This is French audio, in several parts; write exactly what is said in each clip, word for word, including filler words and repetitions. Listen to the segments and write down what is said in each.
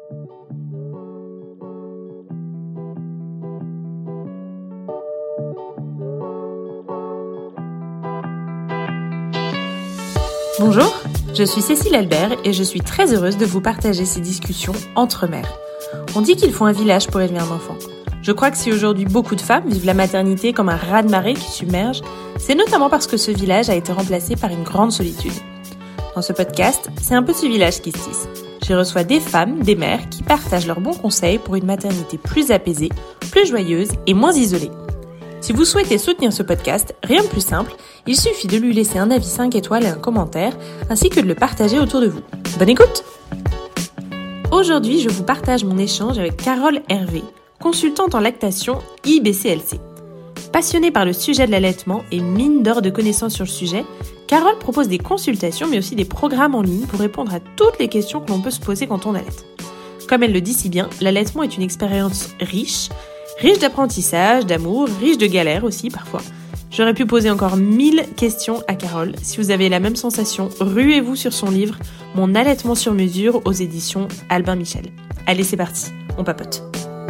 Bonjour, je suis Cécile Albert et je suis très heureuse de vous partager ces discussions entre mères. On dit qu'il faut un village pour élever un enfant. Je crois que si aujourd'hui beaucoup de femmes vivent la maternité comme un raz-de-marée qui submerge, c'est notamment parce que ce village a été remplacé par une grande solitude. Dans ce podcast, c'est un petit village qui se tisse. J'y reçois des femmes, des mères qui partagent leurs bons conseils pour une maternité plus apaisée, plus joyeuse et moins isolée. Si vous souhaitez soutenir ce podcast, rien de plus simple, il suffit de lui laisser un avis cinq étoiles et un commentaire, ainsi que de le partager autour de vous. Bonne écoute! Aujourd'hui, je vous partage mon échange avec Carole Hervé, consultante en lactation I B C L C. Passionnée par le sujet de l'allaitement et mine d'or de connaissances sur le sujet, Carole propose des consultations mais aussi des programmes en ligne pour répondre à toutes les questions que l'on peut se poser quand on allaite. Comme elle le dit si bien, l'allaitement est une expérience riche, riche d'apprentissage, d'amour, riche de galères aussi parfois. J'aurais pu poser encore mille questions à Carole. Si vous avez la même sensation, ruez-vous sur son livre « Mon allaitement sur mesure » aux éditions Albin Michel. Allez, c'est parti, on papote.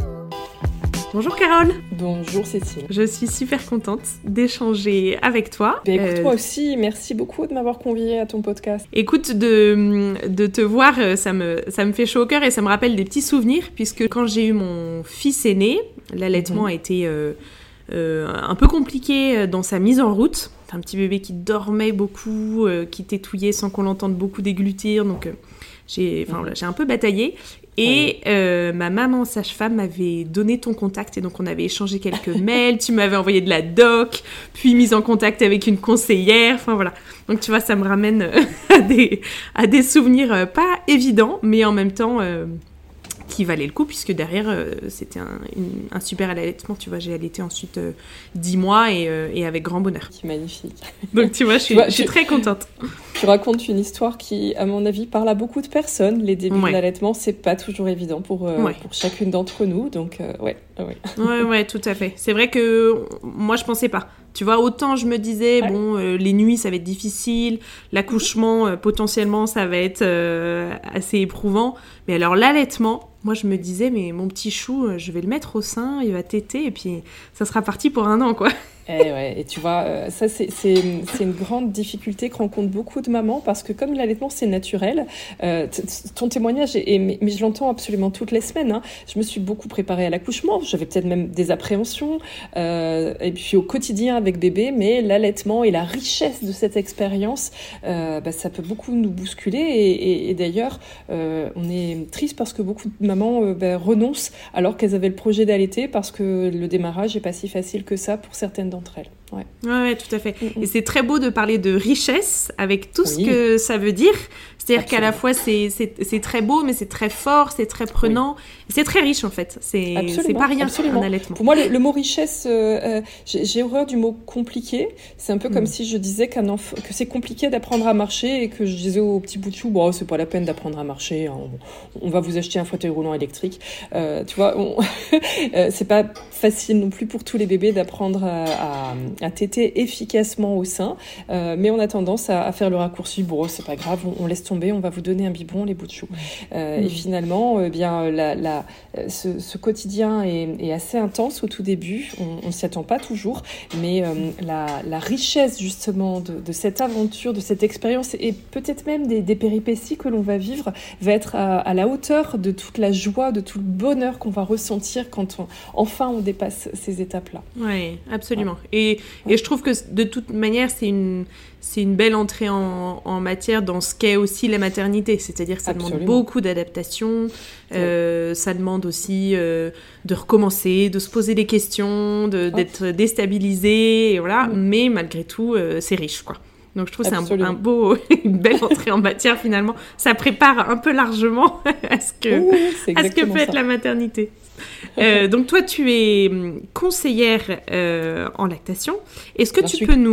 Bonjour Carole. Bonjour Cécile. Je suis super contente d'échanger avec toi. Ben écoute, euh... moi aussi, merci beaucoup de m'avoir conviée à ton podcast. Écoute, de, de te voir, ça me, ça me fait chaud au cœur et ça me rappelle des petits souvenirs, puisque quand j'ai eu mon fils aîné, l'allaitement mm-hmm. a été euh, euh, un peu compliqué dans sa mise en route. C'est un petit bébé qui dormait beaucoup, euh, qui tétouillait sans qu'on l'entende beaucoup déglutir, donc euh, j'ai, enfin, voilà, j'ai un peu bataillé. Et oui. euh, ma maman sage-femme m'avait donné ton contact et donc on avait échangé quelques mails, tu m'avais envoyé de la doc, puis mise en contact avec une conseillère, enfin voilà. Donc tu vois, ça me ramène à des, à des souvenirs pas évidents, mais en même temps euh, qui valaient le coup, puisque derrière euh, c'était un, une, un super allaitement, tu vois, j'ai allaité ensuite euh, dix mois et, euh, et avec grand bonheur. C'est magnifique. Donc tu vois, je suis, tu vois, je suis très contente. Tu racontes une histoire qui, à mon avis, parle à beaucoup de personnes. Les débuts ouais. de l'allaitement, c'est pas toujours évident pour, euh, ouais. pour chacune d'entre nous, donc euh, ouais, ouais. Ouais, ouais, tout à fait. C'est vrai que moi, je pensais pas. Tu vois, autant je me disais, ouais. bon, euh, les nuits, ça va être difficile, l'accouchement, euh, potentiellement, ça va être euh, assez éprouvant. Mais alors, l'allaitement, moi, je me disais, mais mon petit chou, je vais le mettre au sein, il va téter, et puis ça sera parti pour un an, quoi. Et, ouais, et tu vois, euh, ça, c'est, c'est, c'est une grande difficulté que rencontrent beaucoup de mamans, parce que comme l'allaitement, c'est naturel, euh, t- ton témoignage, est, est, mais, mais je l'entends absolument toutes les semaines, hein, je me suis beaucoup préparée à l'accouchement, j'avais peut-être même des appréhensions, euh, et puis au quotidien avec bébé, mais l'allaitement et la richesse de cette expérience, euh, bah, ça peut beaucoup nous bousculer, et, et, et d'ailleurs, euh, on est triste parce que beaucoup de mamans euh, bah, renoncent alors qu'elles avaient le projet d'allaiter, parce que le démarrage n'est pas si facile que ça pour certaines d'entre elles. Ouais. Ouais, ouais, tout à fait. Mm-hmm. Et c'est très beau de parler de richesse avec tout oui. ce que ça veut dire. C'est-à-dire Absolument. Qu'à la fois, c'est, c'est, c'est très beau, mais c'est très fort, c'est très prenant. Oui. C'est très riche, en fait. C'est, c'est pas rien, Absolument. un allaitement. Pour moi, le, le mot richesse, euh, euh, j'ai, j'ai horreur du mot compliqué. C'est un peu mm. comme si je disais qu'un enfant, que c'est compliqué d'apprendre à marcher et que je disais au petit bout de chou, bon, c'est pas la peine d'apprendre à marcher, hein, on, on va vous acheter un fauteuil roulant électrique. Euh, tu vois, on, euh, c'est pas facile non plus pour tous les bébés d'apprendre à, à, à téter efficacement au sein, euh, mais on a tendance à, à faire le raccourci, bon, c'est pas grave, on, on laisse tomber, on va vous donner un biberon, les bouts de chou. Euh, mmh. Et finalement, euh, bien, la, la, ce, ce quotidien est, est assez intense au tout début, on ne s'y attend pas toujours, mais euh, la, la richesse justement de, de cette aventure, de cette expérience, et peut-être même des, des péripéties que l'on va vivre, va être à, à la hauteur de toute la joie, de tout le bonheur qu'on va ressentir quand on, enfin on dépasse ces étapes-là. Oui, absolument. Ouais. Et, et je trouve que de toute manière, c'est une... c'est une belle entrée en, en matière dans ce qu'est aussi la maternité. C'est-à-dire que ça Absolument. demande beaucoup d'adaptation, euh, ouais. ça demande aussi euh, de recommencer, de se poser des questions, de, d'être déstabilisé, et voilà. Mmh. Mais malgré tout, euh, c'est riche, quoi. Donc je trouve que c'est un, un beau, une belle entrée en matière finalement. Ça prépare un peu largement à ce que, oui, à ce que peut ça. être la maternité. Euh, donc toi, tu es conseillère euh, en lactation. Est-ce que Bien tu sûr. peux nous,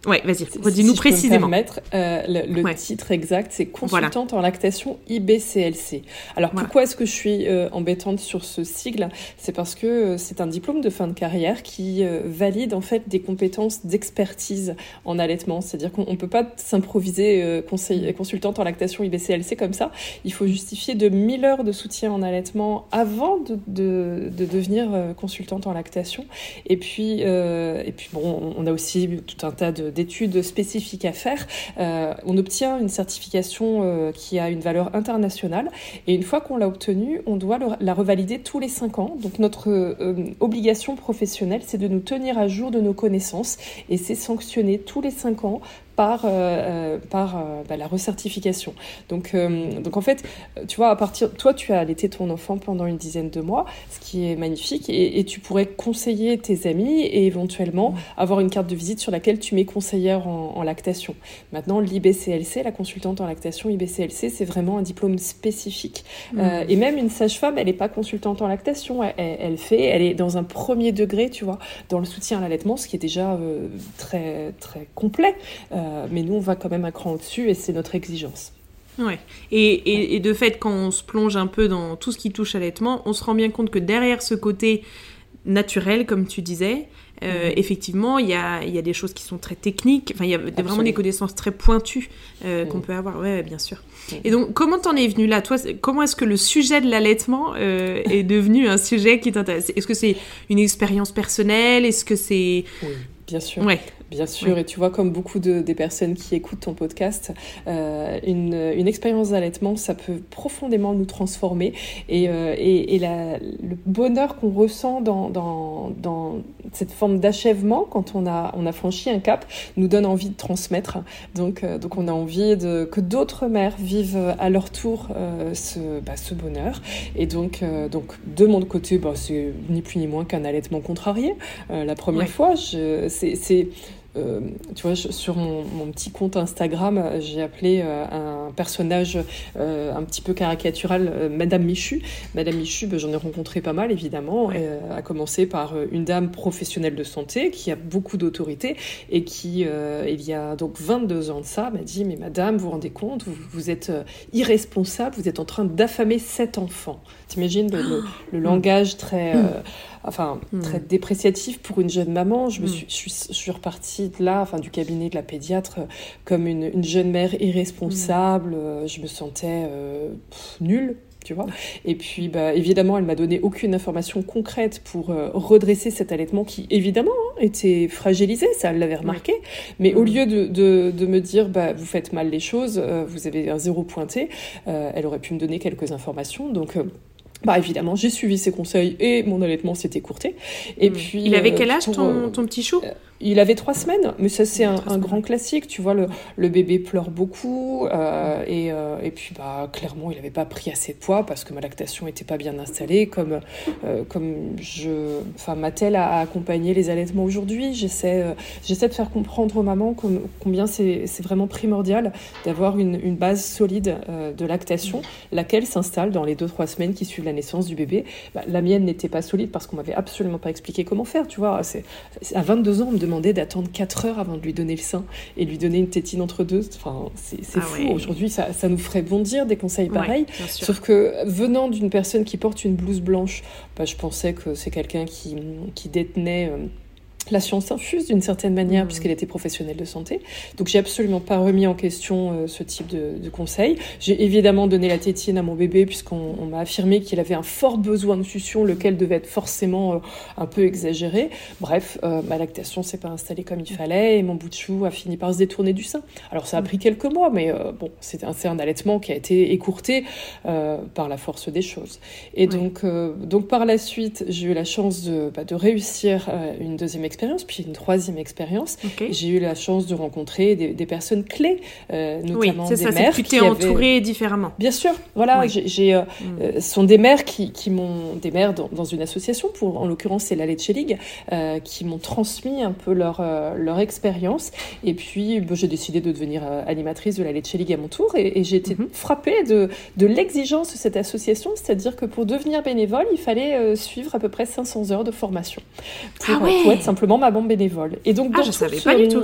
Ouais, vas-y, redis-nous si précisément. Je peux me permettre, euh, le, le ouais. titre exact, c'est consultante voilà. en lactation I B C L C. Alors voilà. pourquoi est-ce que je suis euh, embêtante sur ce sigle ? C'est parce que euh, c'est un diplôme de fin de carrière qui euh, valide en fait des compétences d'expertise en allaitement. C'est-à-dire qu'on ne peut pas s'improviser euh, conseil, consultante en lactation I B C L C comme ça. Il faut justifier de mille heures de soutien en allaitement avant de, de, de devenir euh, consultante en lactation. Et puis, euh, et puis bon, on a aussi tout un tas de d'études spécifiques à faire, euh, on obtient une certification euh, qui a une valeur internationale et une fois qu'on l'a obtenue, on doit le, la revalider tous les cinq ans. Donc notre euh, obligation professionnelle, c'est de nous tenir à jour de nos connaissances et c'est sanctionné tous les cinq ans par, euh, par euh, bah, la recertification. Donc, euh, donc en fait, tu vois, à partir, toi, tu as allaité ton enfant pendant une dizaine de mois, ce qui est magnifique, et, et tu pourrais conseiller tes amis et éventuellement mmh. avoir une carte de visite sur laquelle tu mets conseillère en, en lactation. Maintenant, l'I B C L C, la consultante en lactation I B C L C, c'est vraiment un diplôme spécifique. Mmh. Euh, et même une sage-femme, elle n'est pas consultante en lactation, elle, elle fait, elle est dans un premier degré, tu vois, dans le soutien à l'allaitement, ce qui est déjà euh, très, très complet. Euh, Euh, mais nous, on va quand même un cran au-dessus et c'est notre exigence. Ouais. Et, et, ouais. et de fait, quand on se plonge un peu dans tout ce qui touche à l'allaitement, on se rend bien compte que derrière ce côté naturel, comme tu disais, euh, mmh. effectivement, il y a, y a des choses qui sont très techniques, enfin, il y a Absolument. vraiment des connaissances très pointues euh, mmh. qu'on peut avoir, ouais, bien sûr. Mmh. Et donc, comment t'en es venue là ? Toi, comment est-ce que le sujet de l'allaitement euh, est devenu un sujet qui t'intéresse ? Est-ce que c'est une expérience personnelle ? Est-ce que c'est... Oui, bien sûr. Ouais. Bien sûr, oui. Et tu vois, comme beaucoup de, des personnes qui écoutent ton podcast, euh, une, une expérience d'allaitement, ça peut profondément nous transformer. Et, euh, et, et la, le bonheur qu'on ressent dans, dans, dans cette forme d'achèvement, quand on a, on a franchi un cap, nous donne envie de transmettre. Donc, euh, donc on a envie de, que d'autres mères vivent à leur tour euh, ce, bah, ce bonheur. Et donc, euh, donc de mon côté, bah, c'est ni plus ni moins qu'un allaitement contrarié. Euh, la première ouais. fois, je, c'est... c'est Euh, tu vois, je, sur mon, mon petit compte Instagram, j'ai appelé euh, un personnage euh, un petit peu caricatural euh, Madame Michu. Madame Michu, ben, j'en ai rencontré pas mal, évidemment, ouais. euh, à commencer par euh, une dame professionnelle de santé qui a beaucoup d'autorité et qui, euh, il y a donc vingt-deux ans de ça, m'a dit « Mais madame, vous vous rendez compte, vous, vous êtes euh, irresponsable, vous êtes en train d'affamer sept enfants. » T'imagines le, le, le langage très... Euh, enfin, mmh. très dépréciatif pour une jeune maman. Je, me suis, je, suis, je suis repartie de là, enfin, du cabinet de la pédiatre, euh, comme une, une jeune mère irresponsable. Mmh. Euh, je me sentais euh, pff, nulle. Tu vois. Et puis, bah, évidemment, elle m'a donné aucune information concrète pour euh, redresser cet allaitement qui, évidemment, hein, était fragilisé, ça, elle l'avait remarqué. Oui. Mais mmh. au lieu de, de, de me dire, bah, vous faites mal les choses, euh, vous avez un zéro pointé, euh, elle aurait pu me donner quelques informations. Donc, euh, bah, évidemment, j'ai suivi ses conseils et mon allaitement s'est écourté. Et mmh. puis, il avait quel euh, âge, pour, ton, ton petit chou ? euh, Il avait trois semaines, mais ça c'est un, un grand classique, tu vois, le, le bébé pleure beaucoup euh, et, euh, et puis bah, clairement il n'avait pas pris assez de poids parce que ma lactation n'était pas bien installée, comme, euh, comme je, enfin, m'attelle à, à accompagner les allaitements aujourd'hui, j'essaie, euh, j'essaie de faire comprendre aux mamans com, combien c'est, c'est vraiment primordial d'avoir une, une base solide euh, de lactation, laquelle s'installe dans les deux trois semaines qui suivent la naissance du bébé. Bah, la mienne n'était pas solide parce qu'on m'avait absolument pas expliqué comment faire, tu vois, c'est, c'est à vingt-deux ans on me demandait d'attendre quatre heures avant de lui donner le sein et lui donner une tétine entre deux. Enfin, c'est, c'est ah fou. Ouais. Aujourd'hui, ça, ça nous ferait bondir des conseils pareils. Ouais, sauf que venant d'une personne qui porte une blouse blanche, bah, je pensais que c'est quelqu'un qui, qui détenait... Euh, la science infuse d'une certaine manière, mmh. puisqu'elle était professionnelle de santé. Donc, j'ai absolument pas remis en question euh, ce type de, de conseils. J'ai évidemment donné la tétine à mon bébé, puisqu'on on m'a affirmé qu'il avait un fort besoin de succion, lequel devait être forcément euh, un peu exagéré. Bref, euh, ma lactation s'est pas installée comme il fallait, et mon bout de chou a fini par se détourner du sein. Alors, ça a pris quelques mois, mais euh, bon, c'est un, c'est un allaitement qui a été écourté euh, par la force des choses. Et oui. donc, euh, donc, par la suite, j'ai eu la chance de, bah, de réussir euh, une deuxième expérience, puis une troisième expérience. Okay. J'ai eu la chance de rencontrer des, des personnes clés, euh, notamment oui, c'est des ça, mères. C'est que tu t'es entourée avaient... différemment. Bien sûr, voilà. Oui. J'ai, j'ai, euh, mm. euh, sont des mères qui, qui m'ont, des mères dans, dans une association, pour, en l'occurrence c'est la Leche League, euh, qui m'ont transmis un peu leur, euh, leur expérience. Et puis bah, j'ai décidé de devenir euh, animatrice de la Leche League à mon tour, et, et j'ai été mm-hmm. frappée de, de l'exigence de cette association, c'est-à-dire que pour devenir bénévole, il fallait euh, suivre à peu près cinq cents heures de formation pour, ah ouais. pour être simplement maman bénévole. Et donc, ah, je savais ce, pas du tout.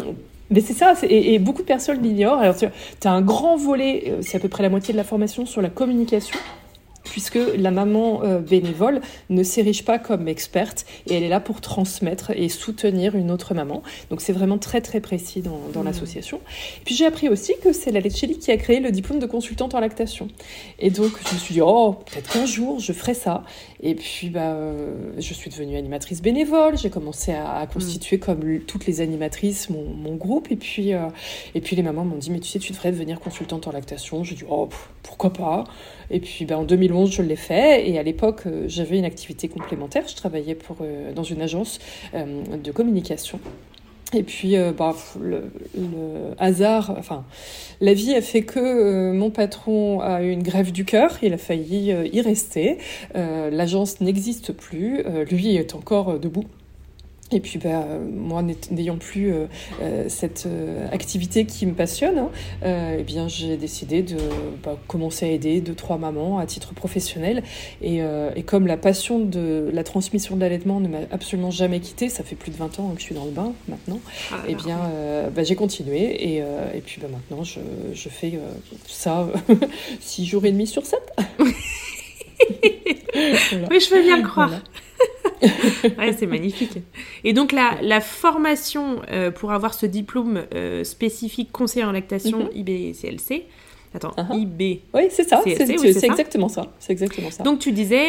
Mais c'est ça, c'est, et, et beaucoup de personnes l'ignorent. Alors, tu as un grand volet, euh, c'est à peu près la moitié de la formation sur la communication, puisque la maman euh, bénévole ne s'érige pas comme experte et elle est là pour transmettre et soutenir une autre maman. Donc c'est vraiment très très précis dans, dans mmh. l'association. Et puis j'ai appris aussi que c'est la Leccelli qui a créé le diplôme de consultante en lactation. Et donc je me suis dit, oh, peut-être qu'un jour je ferai ça. Et puis bah, euh, je suis devenue animatrice bénévole, j'ai commencé à, à constituer mmh. comme toutes les animatrices mon, mon groupe. Et puis, euh, et puis les mamans m'ont dit, mais tu sais, tu devrais devenir consultante en lactation. J'ai dit, oh, pff, pourquoi pas. Et puis bah, en deux mille onze, je l'ai fait. Et à l'époque, euh, j'avais une activité complémentaire. Je travaillais pour, euh, dans une agence euh, de communication. Et puis, euh, bah, le, le hasard, enfin, la vie a fait que euh, mon patron a eu une grève du cœur. Il a failli euh, y rester. Euh, l'agence n'existe plus. Euh, lui est encore euh, debout. Et puis, bah, moi, n'ayant plus euh, euh, cette euh, activité qui me passionne, hein, euh, eh bien, j'ai décidé de bah, commencer à aider deux, trois mamans à titre professionnel. Et, euh, et comme la passion de la transmission de l'allaitement ne m'a absolument jamais quittée, ça fait plus de vingt ans que je suis dans le bain maintenant, ah, eh bien, euh, bah, j'ai continué. Et, euh, et puis, bah, maintenant, je, je fais euh, ça six jours et demi sur sept. Voilà. Oui, je veux bien le croire. Voilà. Ouais, c'est magnifique. Et donc la, la formation euh, pour avoir ce diplôme euh, spécifique conseiller en lactation mm-hmm. I B C L C. Attends, uh-huh. I B. Oui, c'est ça. C L C, c'est, oui, c'est, c'est ça. exactement ça. C'est exactement ça. Donc tu disais,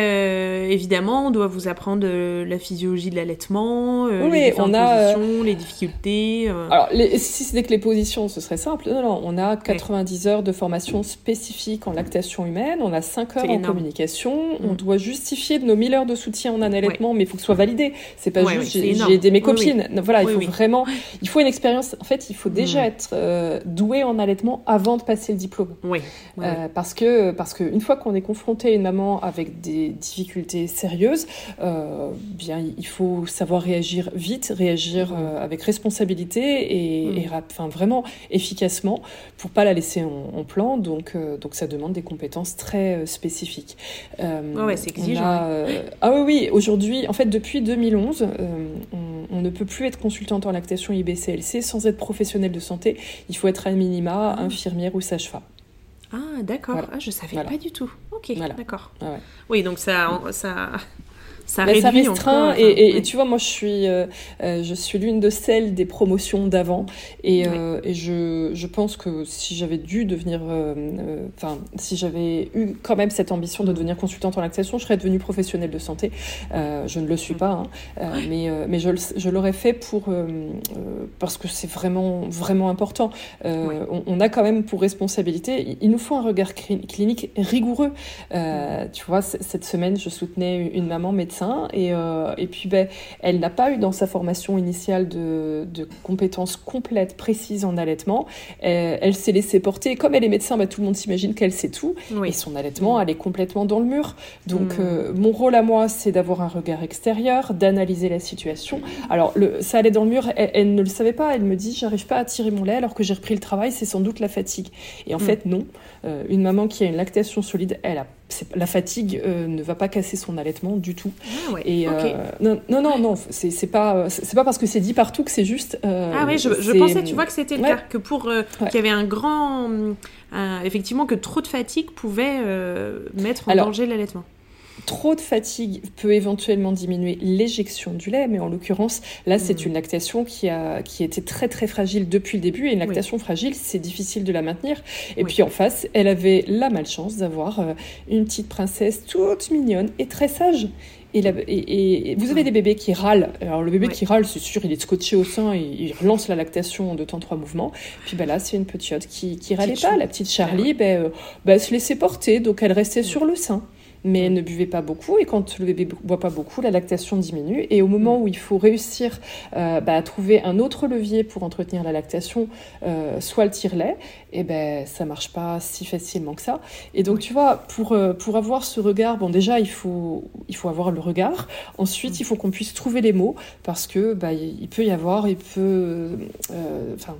euh, évidemment, on doit vous apprendre euh, la physiologie de l'allaitement, euh, oui, les différentes on a, positions, euh... les difficultés. Euh... Alors, les, si c'était que les positions, ce serait simple. Non, non, on a quatre-vingt-dix ouais. heures de formation spécifique en lactation humaine. On a cinq heures c'est en énorme. communication. Mmh. On doit justifier de nos mille heures de soutien en allaitement, ouais. mais il faut que ce soit validé. C'est pas ouais, juste ouais, j'ai, j'ai aidé mes copines. Oui, oui. Voilà, il oui, faut oui. vraiment. Il faut une expérience. En fait, il faut déjà mmh. être euh, doué en allaitement avant de passer le diplôme. Oui. Ouais, euh, ouais. Parce que parce que une fois qu'on est confronté à une maman avec des difficultés sérieuses, euh, bien il faut savoir réagir vite, réagir euh, avec responsabilité et, mmh. et enfin vraiment efficacement pour pas la laisser en, en plan. Donc euh, donc ça demande des compétences très euh, spécifiques. Euh, ouais, ouais, c'est exigeant. A, euh, ah oui oui. Aujourd'hui, en fait, depuis deux mille onze, euh, on, on ne peut plus être consultante en lactation I B C L C sans être professionnel de santé. Il faut être à minima infirmière ou sage-femme. Ah, d'accord. Voilà. Ah, je savais voilà. pas du tout. Ok, voilà. d'accord. Ah ouais. Oui, donc ça, ça, ça bah, réduit. Ça restreint. Encore, et, et, ouais. et tu vois, moi, je suis, euh, euh, je suis l'une de celles des promotions d'avant. Et, ouais. euh, et je, je pense que si j'avais dû devenir, enfin, euh, euh, si j'avais eu quand même cette ambition de devenir consultante en lactation, je serais devenue professionnelle de santé. Euh, je ne le suis pas, hein, euh, ouais. mais, euh, mais je, je l'aurais fait pour euh, euh, parce que c'est vraiment, vraiment important. Euh, ouais. on, on a quand même pour responsabilité, il nous faut un regard clinique rigoureux. Euh, ouais. Tu vois, c- cette semaine, je soutenais une maman médecin. Et, euh, et puis, ben, elle n'a pas eu dans sa formation initiale de, de compétences complètes, précises en allaitement. Elle, elle s'est laissée porter. Et comme elle est médecin, ben, tout le monde s'imagine qu'elle sait tout. Oui. Et son allaitement, elle est complètement dans le mur. Donc, mmh. euh, mon rôle à moi, c'est d'avoir un regard extérieur, d'analyser la situation. Alors, le, ça allait dans le mur. Elle, elle ne le savait pas. Elle me dit, j'arrive pas à tirer mon lait alors que j'ai repris le travail. C'est sans doute la fatigue. Et en mmh. fait, non. Euh, une maman qui a une lactation solide, elle a C'est, la fatigue euh, ne va pas casser son allaitement du tout. Ah ouais, et, okay. euh, non, non, non, non c'est, c'est, pas, c'est, c'est pas parce que c'est dit partout que c'est juste. Euh, ah oui, je, je pensais, tu vois, que c'était le ouais. cas, que pour euh, ouais. qu'il y avait un grand, euh, effectivement, que trop de fatigue pouvait euh, mettre en Alors, danger l'allaitement. Trop de fatigue peut éventuellement diminuer l'éjection du lait, mais en l'occurrence, là, c'est mmh. une lactation qui a qui était très très fragile depuis le début. Et une lactation oui. fragile, c'est difficile de la maintenir. Et oui. puis en face, elle avait la malchance d'avoir euh, une petite princesse toute mignonne et très sage. Et, la, et, et vous avez des bébés qui râlent. Alors le bébé ouais. qui râle, c'est sûr, il est scotché au sein, et il relance la lactation en deux temps trois mouvements. Puis ben là, c'est une petite qui qui râlait pas, la petite Charlie, ben, euh, ben elle se laissait porter, donc elle restait ouais. sur le sein. Mais elle ne buvait pas beaucoup, et quand le bébé ne boit pas beaucoup, la lactation diminue. Et au moment où il faut réussir euh, bah, à trouver un autre levier pour entretenir la lactation, euh, soit le tire-lait, et ben ça ne marche pas si facilement que ça. Et donc, tu vois, pour, euh, pour avoir ce regard, bon, déjà, il faut, il faut avoir le regard. Ensuite, il faut qu'on puisse trouver les mots, parce que bah, il peut y avoir, il peut... Enfin... Euh,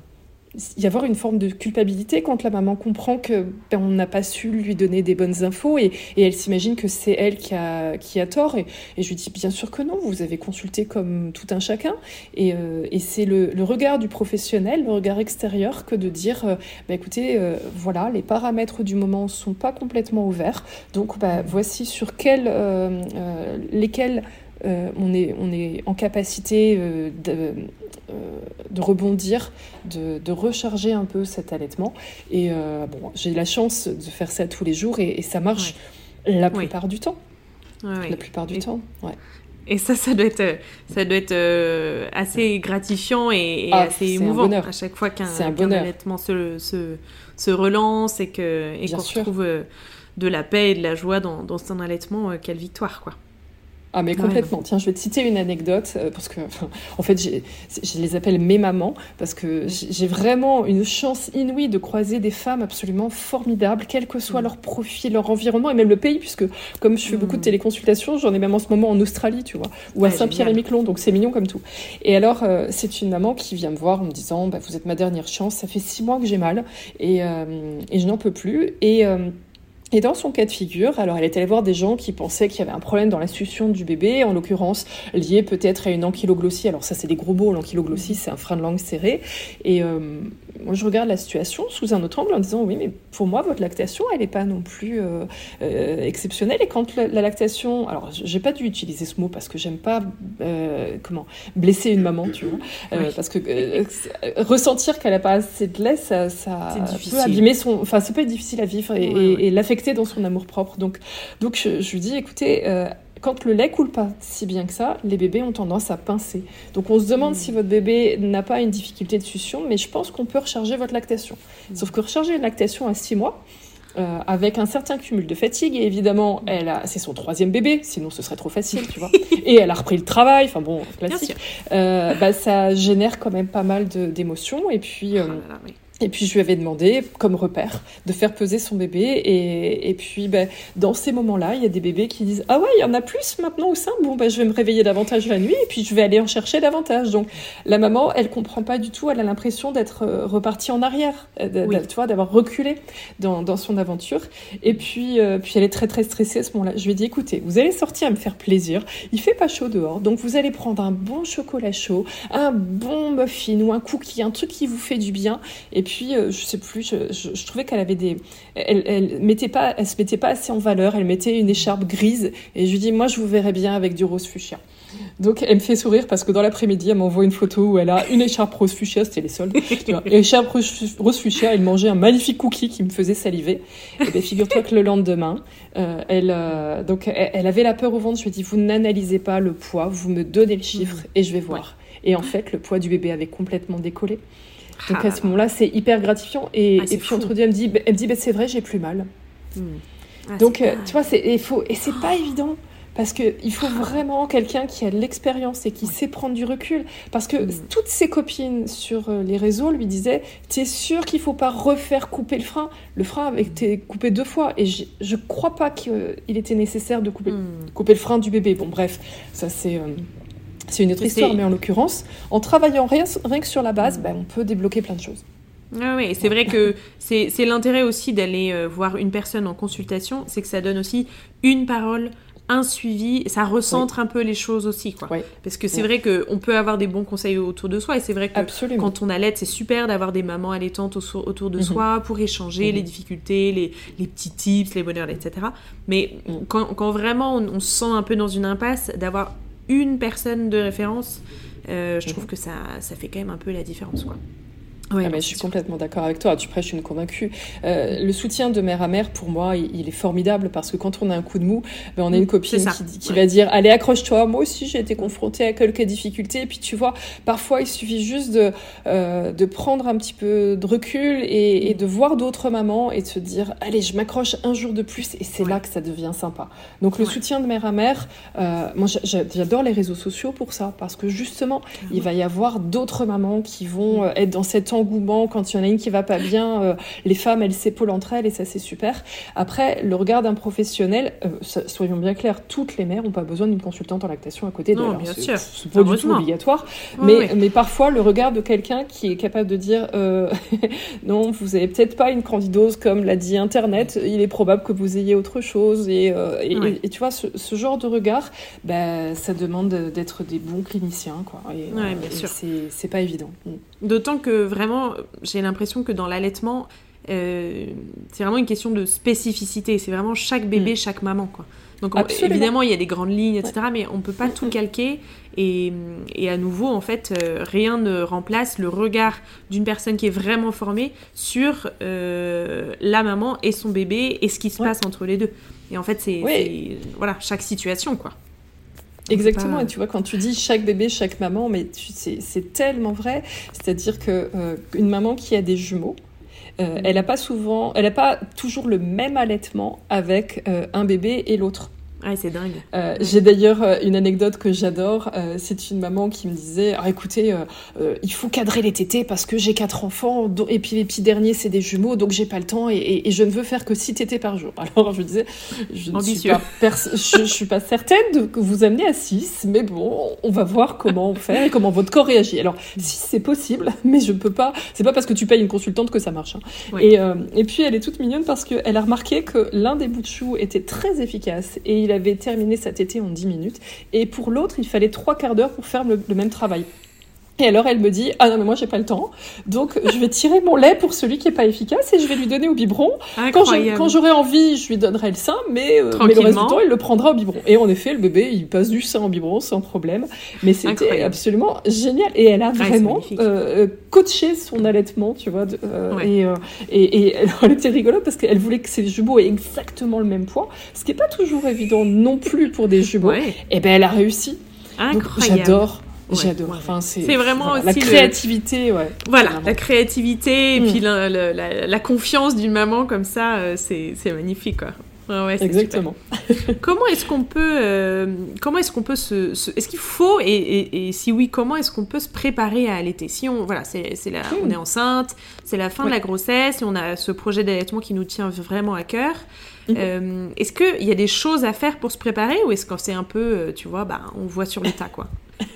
y avoir une forme de culpabilité quand la maman comprend que ben, on n'a pas su lui donner des bonnes infos et, et elle s'imagine que c'est elle qui a, qui a tort. Et, et je lui dis bien sûr que non, vous avez consulté comme tout un chacun. Et, euh, et c'est le, le regard du professionnel, le regard extérieur, que de dire euh, ben, écoutez, euh, voilà, les paramètres du moment ne sont pas complètement ouverts. Donc ben, voici sur quels, euh, euh, lesquels euh, on, est, on est en capacité euh, de. Euh, de rebondir, de, de recharger un peu cet allaitement. Et euh, bon, j'ai la chance de faire ça tous les jours et, et ça marche ouais. la plupart oui. du temps. Ouais, ouais. La plupart du et, temps, ouais. Et ça, ça doit être, ça doit être euh, assez gratifiant et, et ah, assez émouvant à chaque fois qu'un, qu'un allaitement se, se, se relance et, que, et qu'on sûr. retrouve euh, de la paix et de la joie dans, dans son allaitement. Euh, quelle victoire, quoi. Ah mais complètement. Ouais. Tiens, je vais te citer une anecdote euh, parce que, enfin, en fait, j'ai, je les appelle mes mamans parce que j'ai vraiment une chance inouïe de croiser des femmes absolument formidables, quel que soit mmh. leur profil, leur environnement et même le pays, puisque comme je fais mmh. beaucoup de téléconsultations, j'en ai même en ce moment en Australie, tu vois, ou à ouais, Saint-Pierre-et-Miquelon, donc c'est mignon comme tout. Et alors, euh, c'est une maman qui vient me voir en me disant, bah, vous êtes ma dernière chance, ça fait six mois que j'ai mal et, euh, et je n'en peux plus et euh, Et dans son cas de figure, alors elle est allée voir des gens qui pensaient qu'il y avait un problème dans la succion du bébé, en l'occurrence lié peut-être à une ankyloglossie. Alors ça, c'est des gros mots, l'ankyloglossie, c'est un frein de langue serré. Et euh, moi, je regarde la situation sous un autre angle en disant, oui, mais pour moi, votre lactation, elle n'est pas non plus euh, euh, exceptionnelle. Et quand la, la lactation... Alors, j'ai pas dû utiliser ce mot parce que j'aime pas, euh, comment, blesser une maman, tu vois. Euh, oui. Parce que euh, ressentir qu'elle n'a pas assez de lait, ça, ça peut abîmer son... Enfin, ça peut être difficile à vivre et, ouais, ouais. et, et l'affecter dans son amour-propre. Donc, donc je, je lui dis, écoutez, euh, quand le lait coule pas si bien que ça, les bébés ont tendance à pincer. Donc, on se demande mmh. si votre bébé n'a pas une difficulté de succion, mais je pense qu'on peut recharger votre lactation. Mmh. Sauf que recharger une lactation à six mois, euh, avec un certain cumul de fatigue, et évidemment, elle a, c'est son troisième bébé, sinon ce serait trop facile, tu vois. Et elle a repris le travail, enfin bon, classique. Euh, bah, ça génère quand même pas mal de, d'émotions. Et puis... Euh, oh là là, oui. Et puis, je lui avais demandé, comme repère, de faire peser son bébé. Et, et puis, ben, dans ces moments-là, il y a des bébés qui disent « Ah ouais, il y en a plus maintenant au sein. Bon, ben, je vais me réveiller davantage la nuit et puis je vais aller en chercher davantage. » Donc, la maman, elle comprend pas du tout. Elle a l'impression d'être repartie en arrière, de, oui. tu vois, d'avoir reculé dans, dans son aventure. Et puis, euh, puis, elle est très, très stressée à ce moment-là. Je lui ai dit « Écoutez, vous allez sortir à me faire plaisir. Il fait pas chaud dehors. Donc, vous allez prendre un bon chocolat chaud, un bon muffin ou un cookie, un truc qui vous fait du bien. » Et puis, euh, je sais plus, je, je, je trouvais qu'elle avait des... Elle, elle, mettait pas, elle se mettait pas assez en valeur, elle mettait une écharpe grise, et je lui dis, moi, je vous verrais bien avec du rose fuchsia. Donc, elle me fait sourire, parce que dans l'après-midi, elle m'envoie une photo où elle a une écharpe rose fuchsia, c'était les soldes, tu vois, et l'écharpe rose fuchsia, elle mangeait un magnifique cookie qui me faisait saliver. Et bien, figure-toi que le lendemain, euh, elle, euh, donc, elle, elle avait la peur au ventre, je lui ai dit, vous n'analysez pas le poids, vous me donnez le chiffre, et je vais voir. Ouais. Et en fait, le poids du bébé avait complètement décollé. Donc ah, à ce moment-là, c'est hyper gratifiant. Et, ah, et puis fou. Entre deux, elle me dit, elle me dit bah, c'est vrai, j'ai plus mal. Mmh. Ah, Donc, euh, tu vois, c'est, et, faut, et c'est pas évident. Parce qu'il faut vraiment quelqu'un qui a de l'expérience et qui ouais. sait prendre du recul. Parce que mmh. toutes ses copines sur les réseaux lui disaient, t'es sûre qu'il faut pas refaire couper le frein ? Le frein avait été coupé deux fois. Et je, je crois pas qu'il était nécessaire de couper, mmh. couper le frein du bébé. Bon, bref, ça c'est... Euh, C'est une autre c'est... histoire, mais en l'occurrence, en travaillant rien, rien que sur la base, ben, on peut débloquer plein de choses. Ah oui, c'est vrai que c'est, c'est l'intérêt aussi d'aller euh, voir une personne en consultation, c'est que ça donne aussi une parole, un suivi, ça recentre oui. un peu les choses aussi, quoi. Oui. Parce que c'est oui. vrai qu'on peut avoir des bons conseils autour de soi, et c'est vrai que Absolument. Quand on allaite, c'est super d'avoir des mamans allaitantes au, autour de mm-hmm. soi pour échanger mm-hmm. les difficultés, les, les petits tips, les bonheurs, et cetera. Mais mm. quand, quand vraiment on, on se sent un peu dans une impasse, d'avoir une personne de référence, euh, je trouve mmh. que ça, ça fait quand même un peu la différence, quoi. Ouais, ah mais je suis sûr. complètement d'accord avec toi, tu prêches une convaincue. Euh, le soutien de mère à mère, pour moi, il, il est formidable parce que quand on a un coup de mou, ben on a une copine qui, qui ouais. va dire « Allez, accroche-toi, moi aussi j'ai été confrontée à quelques difficultés. » Et puis tu vois, parfois il suffit juste de, euh, de prendre un petit peu de recul et, et de voir d'autres mamans et de se dire « Allez, je m'accroche un jour de plus. » Et c'est ouais. là que ça devient sympa. Donc le ouais. soutien de mère à mère, euh, moi j'adore les réseaux sociaux pour ça, parce que justement, mmh. il va y avoir d'autres mamans qui vont être dans cette engouement. Quand il y en a une qui va pas bien, euh, les femmes, elles s'épaulent entre elles et ça, c'est super. Après, le regard d'un professionnel, euh, ça, soyons bien clairs, toutes les mères n'ont pas besoin d'une consultante en lactation à côté d'elles. Non, bien c'est, sûr. C'est pas du tout obligatoire. Oui, mais, oui. mais parfois, le regard de quelqu'un qui est capable de dire euh, non, vous avez peut-être pas une candidose comme l'a dit Internet, il est probable que vous ayez autre chose. Et, euh, et, oui. et, et tu vois, ce, ce genre de regard, bah, ça demande d'être des bons cliniciens, quoi. Et, ouais, euh, bien et sûr. C'est, c'est pas évident. D'autant que vraiment, j'ai l'impression que dans l'allaitement, euh, c'est vraiment une question de spécificité. C'est vraiment chaque bébé, mmh. chaque maman, quoi. Donc on, évidemment, il y a des grandes lignes, et cetera. Ouais. Mais on ne peut pas mmh. tout calquer. Et, et à nouveau, en fait, euh, rien ne remplace le regard d'une personne qui est vraiment formée sur euh, la maman et son bébé et ce qui se ouais. passe entre les deux. Et en fait, c'est, oui. c'est voilà, chaque situation, quoi. Exactement, pas... et tu vois, quand tu dis chaque bébé, chaque maman, mais tu, c'est, c'est tellement vrai. C'est-à-dire que euh, une maman qui a des jumeaux, euh, mmh. elle n'a pas souvent, elle n'a pas toujours le même allaitement avec euh, un bébé et l'autre. Ah, c'est dingue. Euh, ouais. J'ai d'ailleurs une anecdote que j'adore. Euh, c'est une maman qui me disait ah, écoutez, euh, euh, il faut cadrer les tétés parce que j'ai quatre enfants et puis les petits derniers, c'est des jumeaux, donc j'ai pas le temps et, et, et je ne veux faire que six tétés par jour. Alors je disais je ne suis pas, pers- je, je suis pas certaine de que vous amenez à six, mais bon, on va voir comment faire et comment votre corps réagit. Alors six, c'est possible, mais je peux pas. C'est pas parce que tu payes une consultante que ça marche. Hein. Oui. Et, euh, et puis elle est toute mignonne parce qu'elle a remarqué que l'un des bouts de chou était très efficace et il avait terminé sa tétée en dix minutes et pour l'autre il fallait trois quarts d'heure pour faire le, le même travail. Et alors elle me dit ah non mais moi j'ai pas le temps, donc je vais tirer mon lait pour celui qui est pas efficace et je vais lui donner au biberon. Quand, je, quand j'aurai envie je lui donnerai le sein, mais, euh, mais le reste du temps il le prendra au biberon. Et en effet le bébé il passe du sein au biberon sans problème, mais c'était incroyable. Absolument génial et elle a ah, vraiment euh, coaché son allaitement, tu vois, de, euh, ouais. et, euh, et, et alors, elle était rigolote parce qu'elle voulait que ses jumeaux aient exactement le même poids, ce qui est pas toujours évident non plus pour des jumeaux. Ouais. Et ben elle a réussi. Incroyable. Donc, j'adore. Ouais, J'adore. Ouais. Enfin, c'est, c'est vraiment voilà, aussi la créativité, le... ouais. Voilà, vraiment. La créativité et mmh. puis la, la, la, la confiance d'une maman comme ça, euh, c'est, c'est magnifique, quoi. Ouais, ouais, c'est exactement. Comment est-ce qu'on peut, euh, comment est-ce qu'on peut se, se est-ce qu'il faut et, et, et si oui, comment est-ce qu'on peut se préparer à allaiter? Si on, voilà, c'est, c'est la, mmh. on est enceinte, c'est la fin ouais. de la grossesse et on a ce projet d'allaitement qui nous tient vraiment à cœur. Mmh. Euh, est-ce qu'il y a des choses à faire pour se préparer ou est-ce que c'est un peu, tu vois, bah, on voit sur le tas, quoi?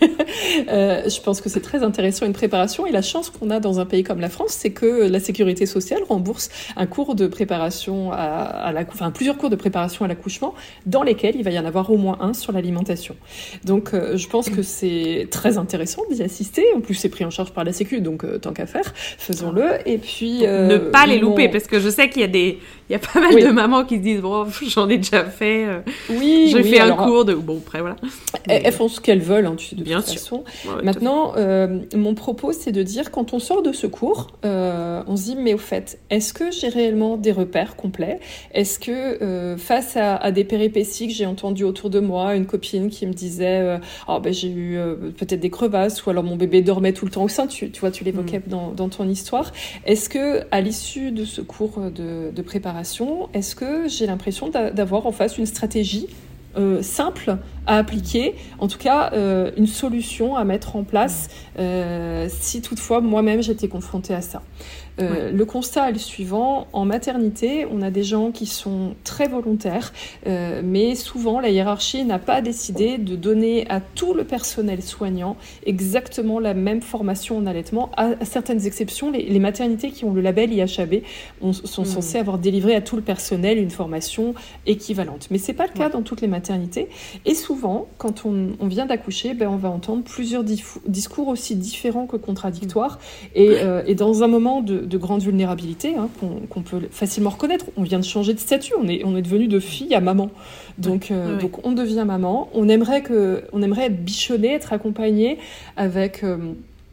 euh, je pense que c'est très intéressant une préparation et la chance qu'on a dans un pays comme la France, c'est que la sécurité sociale rembourse un cours de préparation à, à la, enfin plusieurs cours de préparation à l'accouchement dans lesquels il va y en avoir au moins un sur l'alimentation. Donc euh, je pense que c'est très intéressant d'y assister. En plus c'est pris en charge par la Sécu, donc euh, tant qu'à faire, faisons-le. Et puis euh, ne pas les louper mon... parce que je sais qu'il y a des, il y a pas mal oui. de mamans qui se disent bon j'en ai déjà fait, euh, oui, j'ai oui, fait alors, un cours de bon après voilà. Elles, elles font ce qu'elles veulent, hein, tu sais, de Bien toute sûr. façon. Ouais, Maintenant, euh, mon propos, c'est de dire, quand on sort de ce cours, euh, on se dit, mais au fait, est-ce que j'ai réellement des repères complets? Est-ce que, euh, face à, à des péripéties que j'ai entendues autour de moi, une copine qui me disait, euh, oh, ben, j'ai eu euh, peut-être des crevasses, ou alors mon bébé dormait tout le temps au sein, tu, tu vois, tu l'évoquais mmh. dans, dans ton histoire. Est-ce que, à l'issue de ce cours de, de préparation, est-ce que j'ai l'impression d'a, d'avoir en face une stratégie Euh, simple à appliquer, en tout cas euh, une solution à mettre en place euh, si toutefois moi-même j'étais confrontée à ça. Euh, ouais. Le constat est le suivant, en maternité, on a des gens qui sont très volontaires, euh, mais souvent la hiérarchie n'a pas décidé de donner à tout le personnel soignant exactement la même formation en allaitement. À, à certaines exceptions, les, les maternités qui ont le label I H A B on, sont mmh. censées avoir délivré à tout le personnel une formation équivalente. Mais c'est pas le cas ouais. dans toutes les maternités. Et souvent, quand on, on vient d'accoucher, ben, on va entendre plusieurs dif- discours aussi différents que contradictoires. Et, euh, et dans un moment de de grande vulnérabilité, hein, qu'on, qu'on peut facilement reconnaître. On vient de changer de statut, on est, on est devenu de fille à maman. Donc, euh, oui. donc on devient maman. On aimerait, que, on aimerait être bichonné, être accompagné avec... Euh,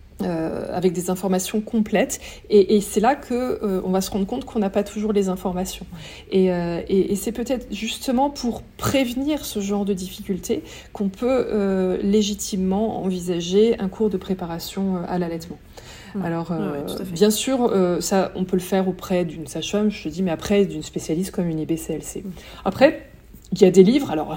Euh, avec des informations complètes et, et c'est là que euh, on va se rendre compte qu'on n'a pas toujours les informations et, euh, et, et c'est peut-être justement pour prévenir ce genre de difficultés qu'on peut euh, légitimement envisager un cours de préparation à l'allaitement. Alors, euh, ouais, bien sûr, euh, ça, on peut le faire auprès d'une sage-femme, je te dis, mais après, d'une spécialiste comme une I B C L C. Après, il y a des livres, alors...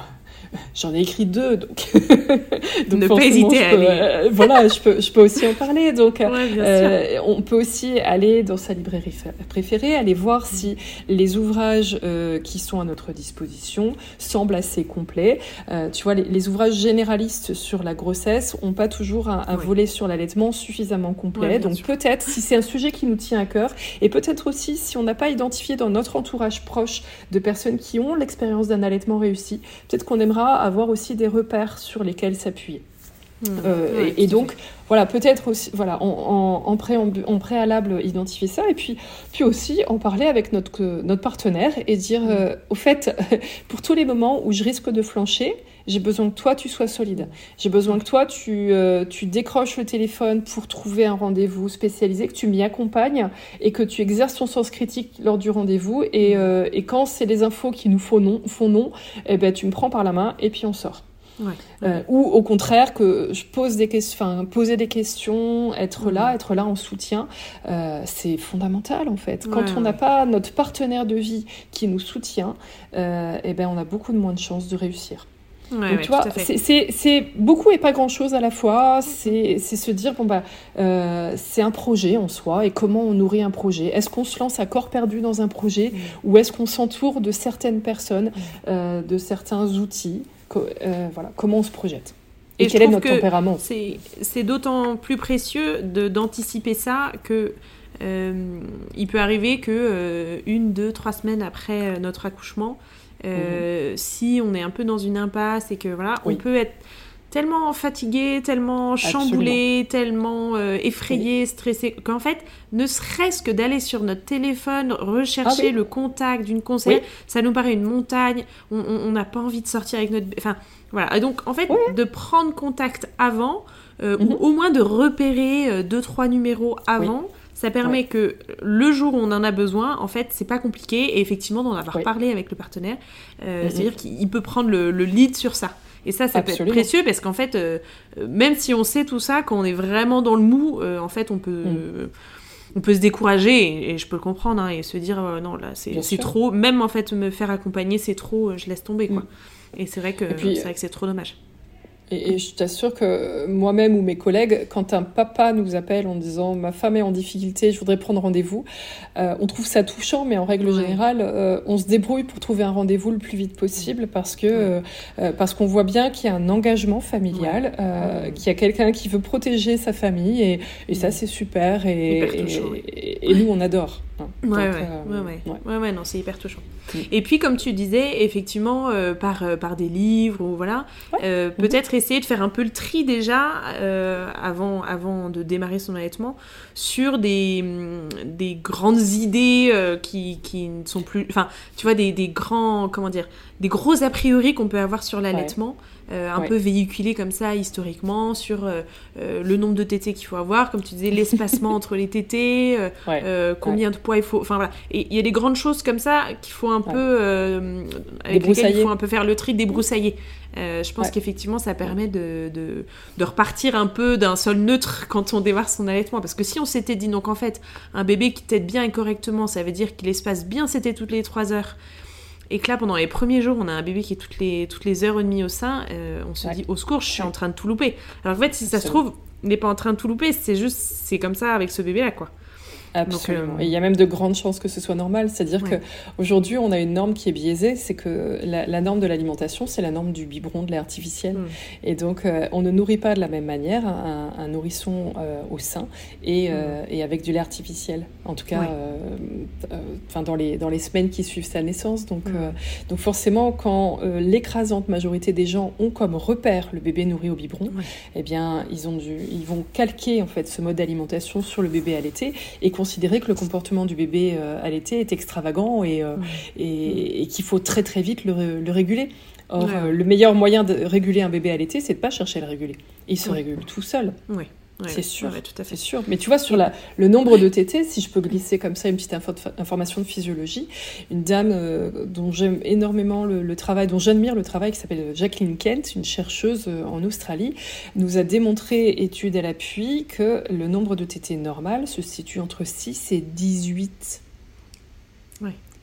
j'en ai écrit deux, donc, donc ne pas hésiter à aller. Euh, voilà, je peux, je peux aussi en parler. Donc, ouais, bien euh, sûr. on peut aussi aller dans sa librairie préférée, aller voir si les ouvrages euh, qui sont à notre disposition semblent assez complets. Euh, tu vois, les, les ouvrages généralistes sur la grossesse n'ont pas toujours un, un oui. volet sur l'allaitement suffisamment complet. Ouais, donc, sûr. Peut-être, si c'est un sujet qui nous tient à cœur, et peut-être aussi si on n'a pas identifié dans notre entourage proche de personnes qui ont l'expérience d'un allaitement réussi, peut-être qu'on aimera avoir aussi des repères sur lesquels s'appuyer. Mmh, euh, ouais, et, et donc, voilà, peut-être aussi, voilà, en, en, en, préambu- en préalable, identifier ça, et puis, puis aussi en parler avec notre, notre partenaire et dire, mmh. euh, au fait, pour tous les moments où je risque de flancher, j'ai besoin que toi, tu sois solide. J'ai besoin que toi, tu, euh, tu décroches le téléphone pour trouver un rendez-vous spécialisé, que tu m'y accompagnes et que tu exerces ton sens critique lors du rendez-vous. Et, euh, et quand c'est les infos qui nous font non, font non, eh ben, tu me prends par la main et puis on sort. Ouais, ouais. Euh, ou au contraire que je pose des questions, enfin poser des questions, être mmh. là, être là en soutien, euh, c'est fondamental en fait. Quand ouais, on n'a ouais. pas notre partenaire de vie qui nous soutient, euh, eh ben on a beaucoup de moins de chances de réussir. Ouais, Donc ouais, tu vois, c'est, c'est, c'est beaucoup et pas grand-chose à la fois. C'est, c'est se dire bon bah euh, c'est un projet en soi et comment on nourrit un projet. Est-ce qu'on se lance à corps perdu dans un projet mmh. ou est-ce qu'on s'entoure de certaines personnes, mmh. euh, de certains outils? Euh, voilà, comment on se projette et, et quel est notre tempérament. C'est, c'est d'autant plus précieux de, d'anticiper ça que euh, il peut arriver que euh, une, deux, trois semaines après notre accouchement, euh, mmh. si on est un peu dans une impasse et que voilà, oui. on peut être tellement fatigué, tellement chamboulé, Absolument. tellement euh, effrayé, oui. stressé, qu'en fait, ne serait-ce que d'aller sur notre téléphone, rechercher ah oui. le contact d'une conseillère, oui. ça nous paraît une montagne, on n'a pas envie de sortir avec notre... Enfin, voilà. Et donc, en fait, oui. de prendre contact avant, euh, mm-hmm. ou au moins de repérer euh, deux, trois numéros avant, oui. ça permet ouais. que le jour où on en a besoin, en fait, c'est pas compliqué, et effectivement, d'en avoir ouais. parlé avec le partenaire, euh, mm-hmm. c'est-à-dire qu'il peut prendre le, le lead sur ça. Et ça, ça Absolument. peut être précieux parce qu'en fait, euh, même si on sait tout ça, quand on est vraiment dans le mou, euh, en fait, on peut, mm. euh, on peut se décourager, et, et je peux le comprendre, hein, et se dire, euh, non, là, c'est, c'est trop. Même, en fait, me faire accompagner, c'est trop, euh, je laisse tomber, quoi. Mm. Et c'est vrai que, puis, c'est vrai que c'est trop dommage. Et, et je t'assure que moi-même ou mes collègues, quand un papa nous appelle en disant « ma femme est en difficulté, je voudrais prendre rendez-vous euh, », on trouve ça touchant, mais en règle ouais. générale, euh, on se débrouille pour trouver un rendez-vous le plus vite possible parce que ouais. euh, parce qu'on voit bien qu'il y a un engagement familial, ouais. euh, ouais. qu'il y a quelqu'un qui veut protéger sa famille, et, et ça c'est super, et, et, touchant, et, et, et nous on adore. Hein. Ouais, Donc, ouais, euh, ouais, ouais. ouais, ouais, ouais, non, c'est hyper touchant. Mm. Et puis, comme tu disais, effectivement, euh, par, euh, par des livres, ou voilà, ouais. euh, mm-hmm. peut-être essayer de faire un peu le tri déjà, euh, avant, avant de démarrer son allaitement, sur des, des grandes idées euh, qui, qui ne sont plus... Enfin, tu vois, des, des grands... Comment dire ? Des gros a priori qu'on peut avoir sur l'allaitement. Ouais. Euh, un ouais. peu véhiculé comme ça historiquement sur euh, euh, le nombre de tétés qu'il faut avoir, comme tu disais, l'espacement entre les tétés, euh, ouais. euh, combien ouais. de poids il faut, enfin voilà. Et il y a des grandes choses comme ça qu'il faut un ouais. peu, euh, avec lesquelles il faut un peu faire le tri, débroussailler. Euh, je pense ouais. qu'effectivement ça permet de, de, de repartir un peu d'un sol neutre quand on démarre son allaitement, parce que si on s'était dit, donc en fait, un bébé qui tète bien et correctement, ça veut dire qu'il espace bien ses tétés toutes les trois heures, et que là, pendant les premiers jours, on a un bébé qui est toutes les, toutes les heures et demie au sein, euh, on se ouais. dit, au secours, je suis ouais. en train de tout louper. Alors en fait, si ça se trouve, il n'est pas en train de tout louper, c'est juste, c'est comme ça avec ce bébé-là, quoi. Absolument. Donc, euh... Et il y a même de grandes chances que ce soit normal. C'est-à-dire ouais. qu'aujourd'hui, on a une norme qui est biaisée. C'est que la, la norme de l'alimentation, c'est la norme du biberon, de lait artificiel. Mm. Et donc, euh, on ne nourrit pas de la même manière un, un nourrisson euh, au sein et, mm. euh, et avec du lait artificiel. En tout cas, ouais. euh, euh, dans, les, dans les semaines qui suivent sa naissance. Donc, mm. euh, donc forcément, quand euh, l'écrasante majorité des gens ont comme repère le bébé nourri au biberon, ouais. eh bien, ils, ont dû, ils vont calquer en fait, ce mode d'alimentation sur le bébé allaité et considérer que le comportement du bébé euh, allaité est extravagant et, euh, mmh. et, et qu'il faut très très vite le, le réguler. Or, ouais. euh, le meilleur moyen de réguler un bébé allaité, c'est de ne pas chercher à le réguler. Il se ouais. régule tout seul. Oui. Ouais, c'est sûr, ouais, tout à fait. C'est sûr. Mais tu vois, sur la, le nombre de tétés, si je peux glisser comme ça une petite info de, information de physiologie, une dame euh, dont j'aime énormément le, le travail, dont j'admire le travail, qui s'appelle Jacqueline Kent, une chercheuse euh, en Australie, nous a démontré, étude à l'appui, que le nombre de tétés normal se situe entre six et dix-huit. Ouais.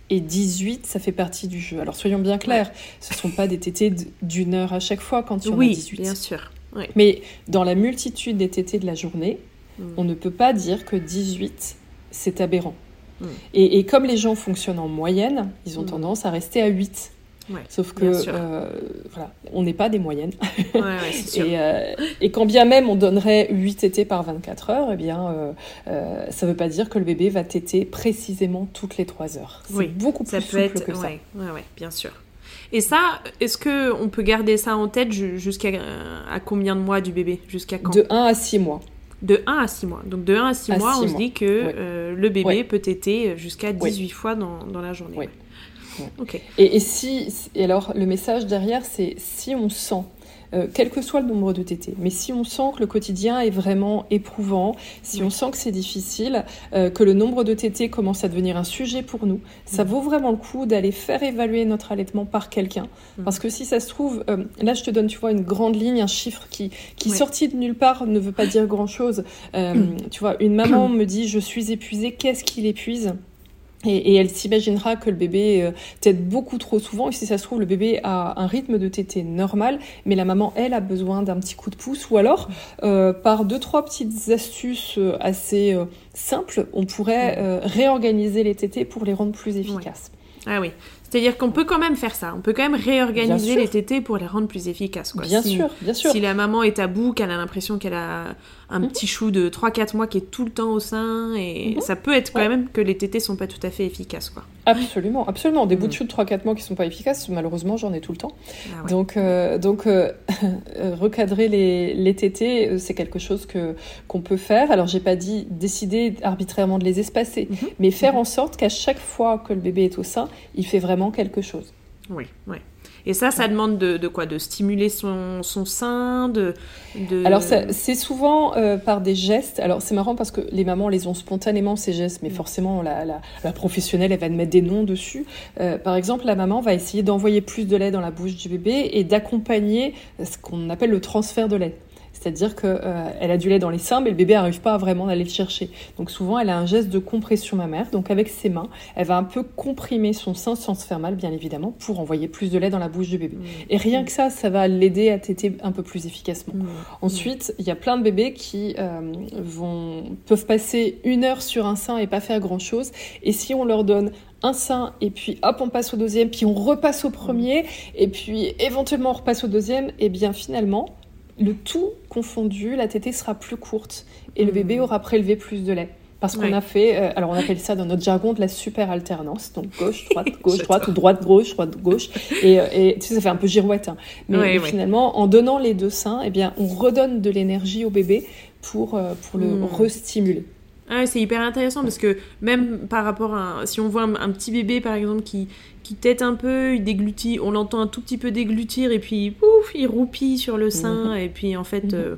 et dix-huit, ça fait partie du jeu. Alors soyons bien clairs, ce ne sont pas des tétés d'une heure à chaque fois quand il y en oui, a dix-huit. Oui, bien sûr. Oui. Mais dans la multitude des tétés de la journée, mmh. on ne peut pas dire que dix-huit, c'est aberrant. Mmh. Et, et comme les gens fonctionnent en moyenne, ils ont mmh. tendance à rester à huit. Ouais, Sauf que, euh, voilà, on n'est pas des moyennes. Ouais, ouais, c'est sûr. et, euh, et quand bien même on donnerait huit tétés par vingt-quatre heures, eh bien, euh, euh, ça ne veut pas dire que le bébé va téter précisément toutes les trois heures. C'est oui, beaucoup plus ça souple être, que ouais, ça. Ouais, ouais, bien sûr. Et ça, est-ce qu'on peut garder ça en tête jusqu'à à combien de mois du bébé? Jusqu'à quand? De un à six mois. De un à six mois. Donc de un à six à mois, six on mois. se dit que ouais. euh, le bébé ouais. peut téter jusqu'à dix-huit ouais. fois dans, dans la journée. Oui. Ouais. Ouais. Okay. Et, et, si, et alors, le message derrière, c'est si on sent, euh, quel que soit le nombre de tétés, mais si on sent que le quotidien est vraiment éprouvant, si oui. on sent que c'est difficile, euh, que le nombre de tétés commence à devenir un sujet pour nous, ça mmh. vaut vraiment le coup d'aller faire évaluer notre allaitement par quelqu'un. Mmh. Parce que si ça se trouve, euh, là je te donne, tu vois, une grande ligne, un chiffre qui, qui oui. sorti de nulle part ne veut pas dire grand-chose. Euh, mmh. Tu vois, une maman me dit « je suis épuisée », qu'est-ce qui l'épuise ? Et, et elle s'imaginera que le bébé euh, tète beaucoup trop souvent. Et si ça se trouve, le bébé a un rythme de tétée normal, mais la maman, elle, a besoin d'un petit coup de pouce. Ou alors, euh, par deux, trois petites astuces assez euh, simples, on pourrait euh, réorganiser les tétées pour les rendre plus efficaces. Ouais. Ah oui. C'est-à-dire qu'on peut quand même faire ça. On peut quand même réorganiser les tétées pour les rendre plus efficaces. Quoi. Bien si, sûr, bien sûr. Si la maman est à bout, qu'elle a l'impression qu'elle a un mmh. petit chou de trois quatre mois qui est tout le temps au sein, et mmh. ça peut être quand ouais. même que les tétées sont pas tout à fait efficaces. Quoi. Absolument, absolument. Des mmh. bouts de chou de trois quatre mois qui sont pas efficaces, malheureusement, j'en ai tout le temps. Ah ouais. Donc, euh, donc euh, recadrer les, les tétées, c'est quelque chose que, qu'on peut faire. Alors, j'ai pas dit décider arbitrairement de les espacer, mmh. mais faire mmh. en sorte qu'à chaque fois que le bébé est au sein, il fait vraiment quelque chose. Oui, oui. Et ça, ça demande de, de quoi? De stimuler son, son sein de, de... Alors, ça, c'est souvent euh, par des gestes. Alors, c'est marrant parce que les mamans les ont spontanément, ces gestes, mais forcément, la, la, la professionnelle, elle va mettre des noms dessus. Euh, par exemple, la maman va essayer d'envoyer plus de lait dans la bouche du bébé et d'accompagner ce qu'on appelle le transfert de lait. C'est-à-dire qu'elle euh, a du lait dans les seins, mais le bébé n'arrive pas à vraiment aller le chercher. Donc souvent, elle a un geste de compression mammaire. Donc avec ses mains, elle va un peu comprimer son sein sans se faire mal, bien évidemment, pour envoyer plus de lait dans la bouche du bébé. Mmh. Et rien que ça, ça va l'aider à téter un peu plus efficacement. Mmh. Ensuite, il y a plein de bébés qui euh, vont, peuvent passer une heure sur un sein et pas faire grand-chose. Et si on leur donne un sein, et puis hop, on passe au deuxième, puis on repasse au premier, et puis éventuellement on repasse au deuxième, et bien finalement, le tout confondu, la tétée sera plus courte et mmh. le bébé aura prélevé plus de lait. Parce qu'on ouais. a fait, euh, alors on appelle ça dans notre jargon de la super alternance, donc gauche, droite, gauche, droite, ou droite, gauche, droite, gauche, et, et tu sais, ça fait un peu girouette, hein. mais, ouais, mais ouais. finalement, en donnant les deux seins, eh bien, on redonne de l'énergie au bébé pour, euh, pour le mmh. restimuler. Ah, c'est hyper intéressant parce que même par rapport à... Si on voit un, un petit bébé, par exemple, qui, qui tète un peu, il déglutit, on l'entend un tout petit peu déglutir et puis pouf, il roupille sur le sein. Mmh. Et puis, en fait, mmh. euh,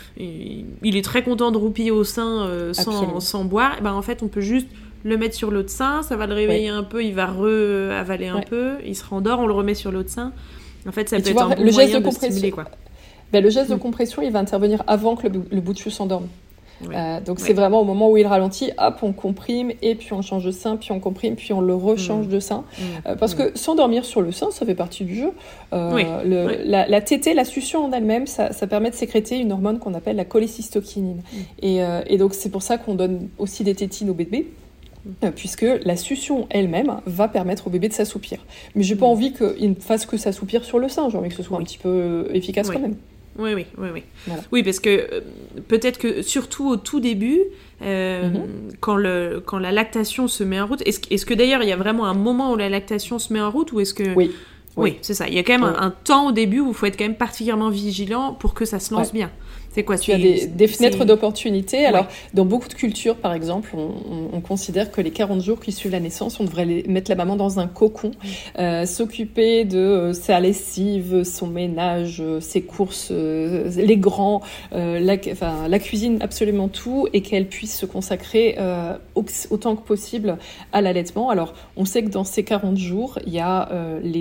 il, il est très content de roupiller au sein euh, sans, sans boire. Et ben, en fait, on peut juste le mettre sur l'autre sein, ça va le réveiller ouais. un peu, il va re-avaler un ouais. peu, il se rendort, on le remet sur l'autre sein. En fait, ça et peut être vois, un bon le moyen geste de, de stimuler, quoi. Ben, le geste mmh. de compression, il va intervenir avant que le, le bout de chou s'endorme. Ouais. Euh, donc ouais. c'est vraiment au moment où il ralentit, hop, on comprime et puis on change de sein, puis on comprime, puis on le rechange mmh. de sein. Mmh. Euh, parce mmh. que s'endormir sur le sein, ça fait partie du jeu. Euh, oui. le, oui. la, la tétée, la succion en elle-même, ça, ça permet de sécréter une hormone qu'on appelle la cholécystokinine. Mmh. Et, euh, et donc c'est pour ça qu'on donne aussi des tétines au bébé. Euh, puisque la succion elle-même va permettre au bébé de s'assoupir. Mais j'ai pas mmh. envie qu'il ne fasse que s'assoupir sur le sein, j'ai envie que ce soit oui. un petit peu efficace oui. quand même. Oui, oui, oui, oui. Voilà. Oui, parce que euh, peut-être que surtout au tout début, euh, mm-hmm. quand, le, quand la lactation se met en route, est-ce, est-ce que d'ailleurs il y a vraiment un moment où la lactation se met en route ou est-ce que... Oui. Oui, oui c'est ça. Il y a quand même oui. un, un temps au début où il faut être quand même particulièrement vigilant pour que ça se lance ouais. bien. C'est quoi, tu as des, des fenêtres c'est... d'opportunité. Alors, ouais. dans beaucoup de cultures, par exemple, on, on, on considère que les quarante jours qui suivent la naissance, on devrait les, mettre la maman dans un cocon, euh, s'occuper de euh, sa lessive, son ménage, euh, ses courses, euh, les grands, euh, la, enfin, la cuisine, absolument tout, et qu'elle puisse se consacrer euh, autant que possible à l'allaitement. Alors, on sait que dans ces quarante jours, il y a euh, les deux, trois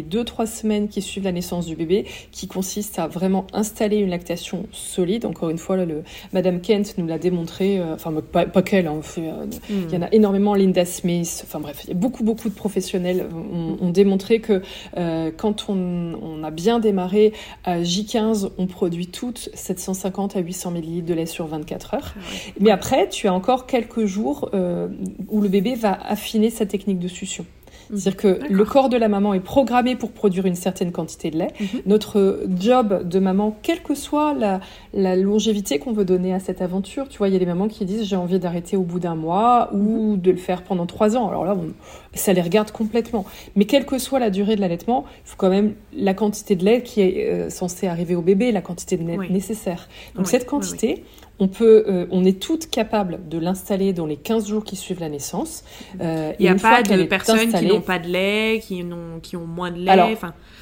semaines qui suivent la naissance du bébé, qui consiste à vraiment installer une lactation solide. Encore une fois, là, le, Madame Kent nous l'a démontré, euh, enfin pas, pas qu'elle, hein, fait, euh, mm. il y en a énormément, Linda Smith, enfin bref, il y a beaucoup beaucoup de professionnels ont, ont démontré que euh, quand on, on a bien démarré à J quinze, on produit toutes sept cent cinquante à huit cents millilitres de lait sur vingt-quatre heures. Ah ouais. Mais après, tu as encore quelques jours euh, où le bébé va affiner sa technique de succion. C'est-à-dire que D'accord. le corps de la maman est programmé pour produire une certaine quantité de lait. Mm-hmm. Notre job de maman, quelle que soit la, la longévité qu'on veut donner à cette aventure, tu vois, il y a des mamans qui disent j'ai envie d'arrêter au bout d'un mois ou mm-hmm. de le faire pendant trois ans. Alors là, on, ça les regarde complètement. Mais quelle que soit la durée de l'allaitement, il faut quand même la quantité de lait qui est euh, censée arriver au bébé, la quantité de lait oui. nécessaire. Donc oui. cette quantité... Oui, oui. On, peut, euh, on est toutes capables de l'installer dans les quinze jours qui suivent la naissance. Euh, Il n'y a pas de personnes qui n'ont pas de lait, qui, n'ont, qui ont moins de lait. Alors,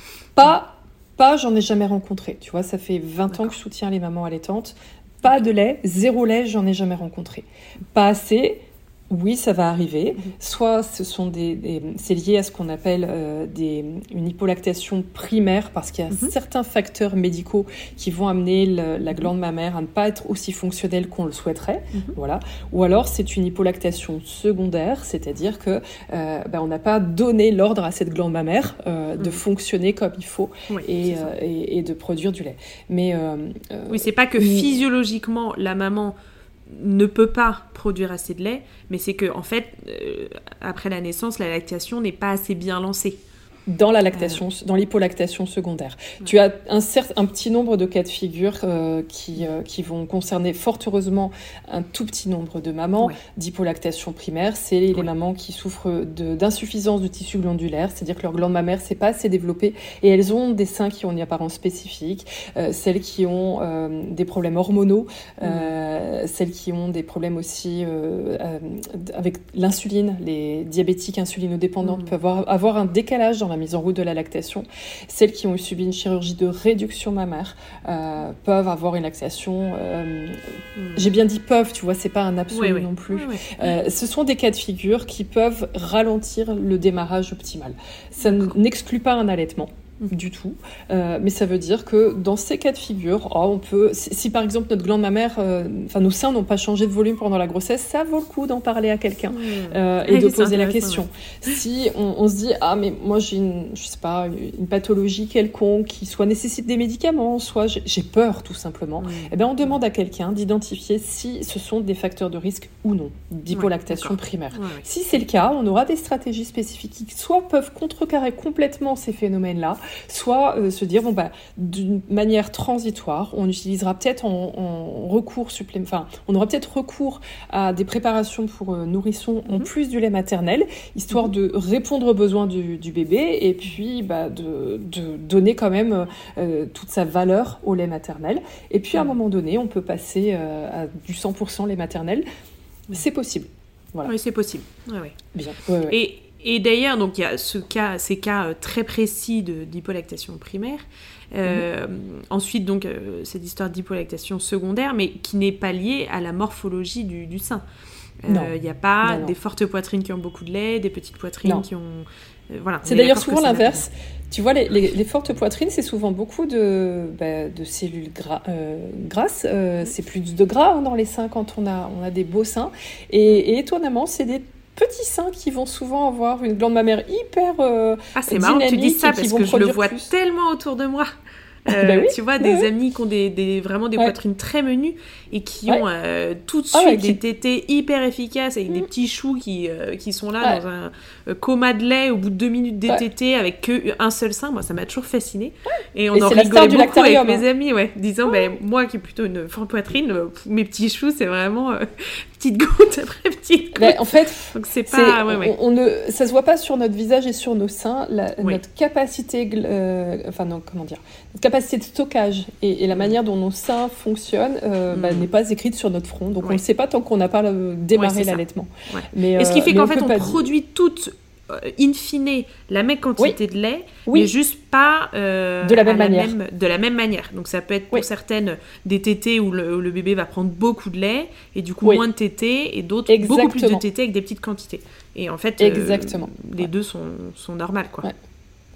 pas, pas, j'en ai jamais rencontré. Tu vois, ça fait vingt D'accord. ans que je soutiens les mamans allaitantes. Pas de lait, zéro lait, j'en ai jamais rencontré. Pas assez. Oui, ça va arriver. Mmh. Soit ce sont des, des, c'est lié à ce qu'on appelle euh, des, une hypolactation primaire, parce qu'il y a mmh. certains facteurs médicaux qui vont amener le, la glande mammaire à ne pas être aussi fonctionnelle qu'on le souhaiterait. Mmh. Voilà. Ou alors c'est une hypolactation secondaire, c'est-à-dire que euh, ben, on n'a pas donné l'ordre à cette glande mammaire euh, mmh. de fonctionner comme il faut oui, et, euh, et, et de produire du lait. Mais euh, euh, oui, c'est pas que physiologiquement la maman ne peut pas produire assez de lait, mais c'est que en fait, euh, après la naissance, la lactation n'est pas assez bien lancée. Dans la lactation, euh... dans l'hypolactation secondaire. Ouais. Tu as un, certain, un petit nombre de cas de figure euh, qui, euh, qui vont concerner fort heureusement un tout petit nombre de mamans. Ouais. D'hypolactation primaire, c'est les ouais. mamans qui souffrent de, d'insuffisance du tissu glandulaire, c'est-à-dire que leur glande mammaire s'est pas assez développée et elles ont des seins qui ont une apparence spécifique, euh, celles qui ont euh, des problèmes hormonaux, euh, mmh. celles qui ont des problèmes aussi euh, euh, avec l'insuline, les diabétiques insulinodépendantes mmh. peuvent avoir, avoir un décalage dans la mise en route de la lactation. Celles qui ont subi une chirurgie de réduction mammaire euh, peuvent avoir une lactation. Euh, mmh. J'ai bien dit peuvent, tu vois, c'est pas un absolu oui, oui. non plus. Oui, oui. Euh, ce sont des cas de figure qui peuvent ralentir le démarrage optimal. Ça n- n'exclut pas un allaitement. Du tout, euh, mais ça veut dire que dans ces cas de figure, oh, on peut, si, si par exemple notre glande mammaire, euh, enfin nos seins n'ont pas changé de volume pendant la grossesse, ça vaut le coup d'en parler à quelqu'un mmh. euh, et oui, de poser la question. Ouais. Si on, on se dit ah mais moi j'ai une, je sais pas, une pathologie quelconque qui soit nécessite des médicaments, soit j'ai, j'ai peur tout simplement, mmh. eh ben on demande à quelqu'un d'identifier si ce sont des facteurs de risque ou non d'hypolactation ouais, primaire. Ouais, ouais. Si c'est le cas, on aura des stratégies spécifiques qui soit peuvent contrecarrer complètement ces phénomènes-là, soit euh, se dire bon bah d'une manière transitoire, on utilisera peut-être en, en recours supplémentaire, enfin on aura peut-être recours à des préparations pour euh, nourrissons mm-hmm. en plus du lait maternel, histoire mm-hmm. de répondre aux besoins du, du bébé et puis bah de, de donner quand même euh, toute sa valeur au lait maternel. Et puis à un moment donné, on peut passer euh, à du cent pour cent lait maternel. C'est possible. Voilà. Oui, c'est possible. Oui, oui. Bien. Ouais, ouais. Et Et d'ailleurs, donc il y a ce cas, ces cas très précis de, d'hypolactation primaire. Euh, mmh. Ensuite, donc euh, cette histoire d'hypolactation secondaire, mais qui n'est pas liée à la morphologie du, du sein. Il euh, n'y a pas non, non. des fortes poitrines qui ont beaucoup de lait, des petites poitrines non. qui ont. Euh, voilà. C'est d'ailleurs souvent l'inverse. Tu vois, les, les, les fortes poitrines, c'est souvent beaucoup de, bah, de cellules gras, euh, grasses. Euh, mmh. C'est plus de gras hein, dans les seins quand on a, on a des beaux seins. Et, et étonnamment, c'est des petits seins qui vont souvent avoir une glande mammaire hyper euh, ah, c'est marrant que tu dises ça parce que je le vois plus. Tellement autour de moi. Euh, bah oui, tu vois, bah des oui. amis qui ont des, des, vraiment des ouais. poitrines très menues et qui ouais. ont euh, tout de suite ah ouais, des qui... tétés hyper efficaces avec mmh. des petits choux qui, euh, qui sont là ouais. dans un euh, coma de lait au bout de deux minutes des ouais. tétés avec qu'un seul sein. Moi, ça m'a toujours fascinée. Ouais. Et on et en rigolait beaucoup avec hein. mes amis, ouais, disant, ouais. bah, moi qui ai plutôt une forte poitrine, euh, mes petits choux, c'est vraiment euh, petite goutte après petite goutte. Bah, en fait, donc c'est pas, c'est, ouais, ouais. On, on ne, ça se voit pas sur notre visage et sur nos seins, la, oui. notre capacité, euh, enfin non, comment dire, notre capacité de stockage et, et la manière dont nos seins fonctionnent euh, mm. bah, n'est pas écrite sur notre front, donc ouais. on ne sait pas tant qu'on n'a pas euh, démarré ouais, l'allaitement. Ouais. Mais, et ce qui fait euh, qu'en fait on, on produit toutes euh, in fine la même quantité oui. de lait, oui. mais juste pas euh, de la même manière. La même, de la même manière. Donc ça peut être pour oui. certaines des tétés où le, où le bébé va prendre beaucoup de lait et du coup oui. moins de tétés et d'autres Exactement. beaucoup plus de tétés avec des petites quantités. Et en fait, euh, les deux sont, sont normales, quoi. Ouais.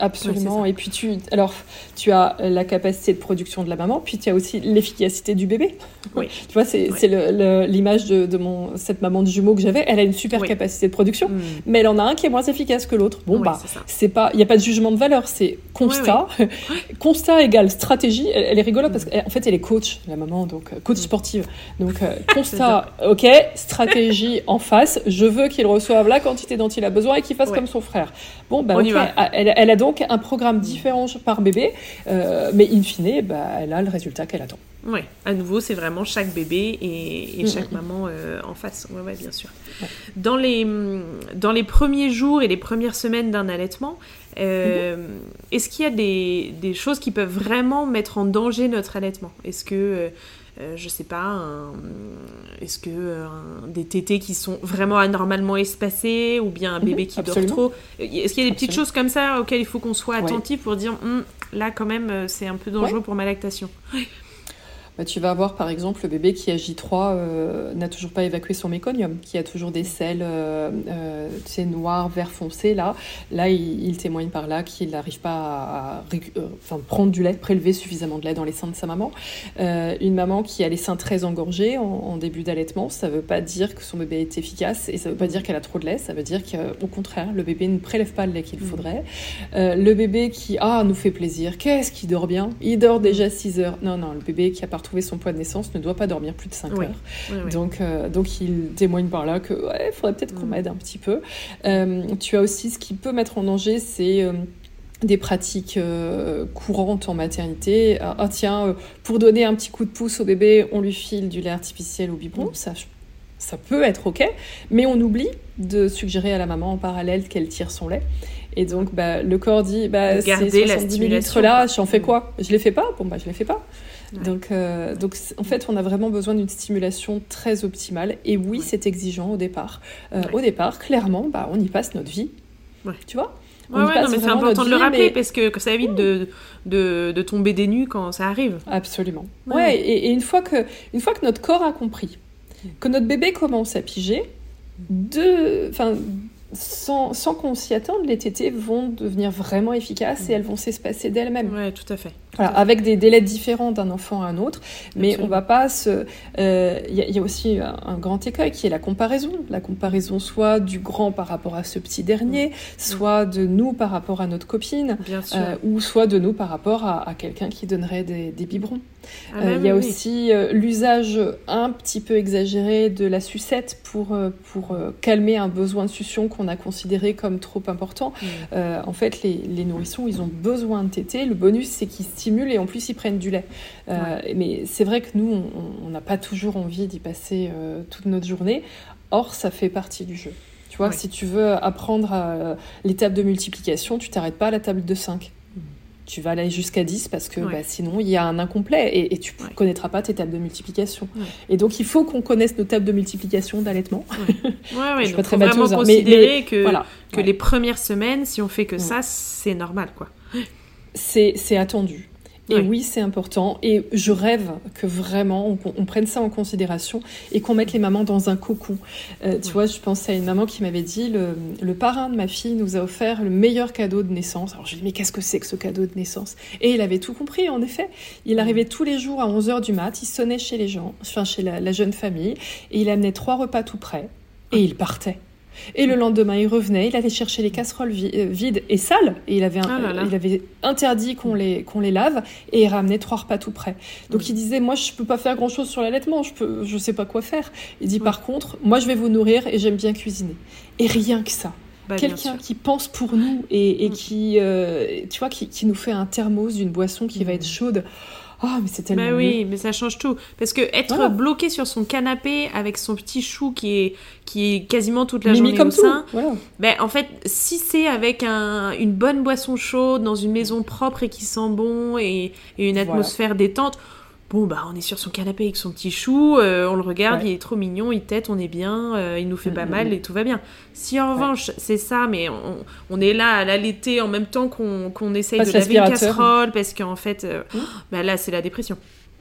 Absolument. Ouais, et puis tu, alors, tu as la capacité de production de la maman, puis tu as aussi l'efficacité du bébé. Oui. Tu vois, c'est, oui. c'est le, le, l'image de, de mon, cette maman de jumeau que j'avais. Elle a une super oui. capacité de production, mmh. mais elle en a un qui est moins efficace que l'autre. Bon, oui, bah, c'est c'est pas, il n'y a pas de jugement de valeur, c'est constat. Oui, oui. Constat égale stratégie. Elle, elle est rigolote mmh. parce qu'en fait, elle est coach, la maman, donc coach mmh. sportive. Donc, euh, constat, ok, stratégie en face. Je veux qu'il reçoive la quantité dont il a besoin et qu'il fasse ouais. comme son frère. Bon, bah, okay. elle, elle a donc un programme différent par bébé, euh, mais in fine, bah, elle a le résultat qu'elle attend. Oui, à nouveau, c'est vraiment chaque bébé et, et chaque mmh. maman euh, en face. Oui, ouais, bien sûr. Ouais. Dans, les, dans les premiers jours et les premières semaines d'un allaitement, euh, mmh. est-ce qu'il y a des, des choses qui peuvent vraiment mettre en danger notre allaitement ? Est-ce que... Euh, Euh, je sais pas, un, est-ce que euh, un, des tétés qui sont vraiment anormalement espacés ou bien un bébé mmh, qui absolument. dort trop. Est-ce qu'il y a des petites absolument. choses comme ça auxquelles il faut qu'on soit attentif ouais. pour dire hm, là quand même c'est un peu dangereux ouais. pour ma lactation. Bah, tu vas avoir par exemple le bébé qui à J trois euh, n'a toujours pas évacué son méconium, qui a toujours des selles euh, euh, tu sais, noires, vert foncé. Là, là il, il témoigne par là qu'il n'arrive pas à, à euh, enfin, prendre du lait, prélever suffisamment de lait dans les seins de sa maman. Euh, une maman qui a les seins très engorgés en, en début d'allaitement, ça ne veut pas dire que son bébé est efficace et ça ne veut pas dire qu'elle a trop de lait, ça veut dire qu'au contraire, le bébé ne prélève pas le lait qu'il faudrait. Euh, le bébé qui ah, nous fait plaisir, qu'est-ce qu'il dort bien ? Il dort déjà six heures. Non, non, le bébé qui a pas retrouver son poids de naissance ne doit pas dormir plus de cinq oui. heures. Oui, oui. Donc, euh, donc, il témoigne par là que ouais, faudrait peut-être qu'on mmh. m'aide un petit peu. Euh, tu as aussi ce qui peut mettre en danger, c'est euh, des pratiques euh, courantes en maternité. Ah, ah tiens, euh, pour donner un petit coup de pouce au bébé, on lui file du lait artificiel au biberon. Mmh. Ça, ça peut être OK, mais on oublie de suggérer à la maman en parallèle qu'elle tire son lait. Et donc, bah, le corps dit, bah, c'est soixante-dix millilitres là, j'en fais quoi ? Je les fais pas ? Bon, bah, je les fais pas. Ouais. Donc, euh, donc, en fait, on a vraiment besoin d'une stimulation très optimale. Et oui, ouais. c'est exigeant au départ. Euh, ouais. Au départ, clairement, bah, on y passe notre vie. Ouais. Tu vois ? Ouais, ouais, non, mais c'est important de le rappeler mais... parce que, que ça évite de, de, de tomber des nues quand ça arrive. Absolument. Ouais, ouais et, et une, fois que, une fois que notre corps a compris que notre bébé commence à piger, de, enfin, sans, sans qu'on s'y attende, les tétées vont devenir vraiment efficaces et elles vont s'espacer d'elles-mêmes. Oui, tout à fait. Voilà, avec des délais différents d'un enfant à un autre, mais Absolument. on va pas se... Il euh, y, y a aussi un, un grand écueil qui est la comparaison. La comparaison soit du grand par rapport à ce petit dernier, mmh. soit de nous par rapport à notre copine, euh, ou soit de nous par rapport à, à quelqu'un qui donnerait des, des biberons. Il ah, euh, y a oui. aussi euh, l'usage un petit peu exagéré de la sucette pour, euh, pour euh, calmer un besoin de succion qu'on a considéré comme trop important. Mmh. Euh, en fait, les, les nourrissons, ils ont besoin de téter. Le bonus, c'est qu'ils stimulent et en plus, ils prennent du lait. Euh, ouais. Mais c'est vrai que nous, on n'a pas toujours envie d'y passer euh, toute notre journée. Or, ça fait partie du jeu. Tu vois, ouais. si tu veux apprendre à, l'étape de multiplication, tu t'arrêtes pas à la table de cinq. Tu vas aller jusqu'à dix parce que ouais. bah, sinon il y a un incomplet et, et tu ne ouais. connaîtras pas tes tables de multiplication. Ouais. Et donc il faut qu'on connaisse nos tables de multiplication d'allaitement. Ouais. Ouais, ouais, je ne faut vraiment batteuse, considérer mais, mais, que, voilà. que ouais. les premières semaines, si on fait que ouais. ça, c'est normal, quoi. C'est, c'est attendu. Et oui. oui, c'est important. Et je rêve que vraiment, on, on prenne ça en considération et qu'on mette les mamans dans un cocon. Euh, tu ouais. vois, je pensais à une maman qui m'avait dit, le, le parrain de ma fille nous a offert le meilleur cadeau de naissance. Alors, je lui ai dit, mais qu'est-ce que c'est que ce cadeau de naissance ? Et il avait tout compris, en effet. Il arrivait tous les jours à onze heures du mat, il sonnait chez les gens, enfin, chez la, la jeune famille, et il amenait trois repas tout prêts, et il partait. Et le lendemain, il revenait, il allait chercher les casseroles vi- euh, vides et sales, et il avait, un, ah là là. Euh, il avait interdit qu'on les, qu'on les lave, et il ramenait trois repas tout prêts. Donc oui. il disait, moi je peux pas faire grand-chose sur l'allaitement, je peux, je sais pas quoi faire. Il dit, oui. par contre, moi je vais vous nourrir et j'aime bien cuisiner. Et rien que ça. Bah, quelqu'un qui pense pour nous et, et mmh. qui, euh, tu vois, qui, qui nous fait un thermos d'une boisson qui mmh. va être chaude. Ah, oh, mais c'est tellement bah oui, mieux. Mais ça change tout. Parce que être voilà. bloqué sur son canapé avec son petit chou qui est, qui est quasiment toute la Mimi journée comme au tout. sein, voilà. bah, en fait, si c'est avec un, une bonne boisson chaude, dans une maison propre et qui sent bon, et, et une atmosphère voilà. détente, bon, bah, on est sur son canapé avec son petit chou, euh, on le regarde, ouais. il est trop mignon, il tète, on est bien, euh, il nous fait mmh, pas mmh. mal et tout va bien. Si en revanche, ouais. c'est ça, mais on, on est là à l'allaiter en même temps qu'on, qu'on essaye Passe de laver une casserole, parce qu'en fait, euh, mmh. bah, là, c'est la dépression.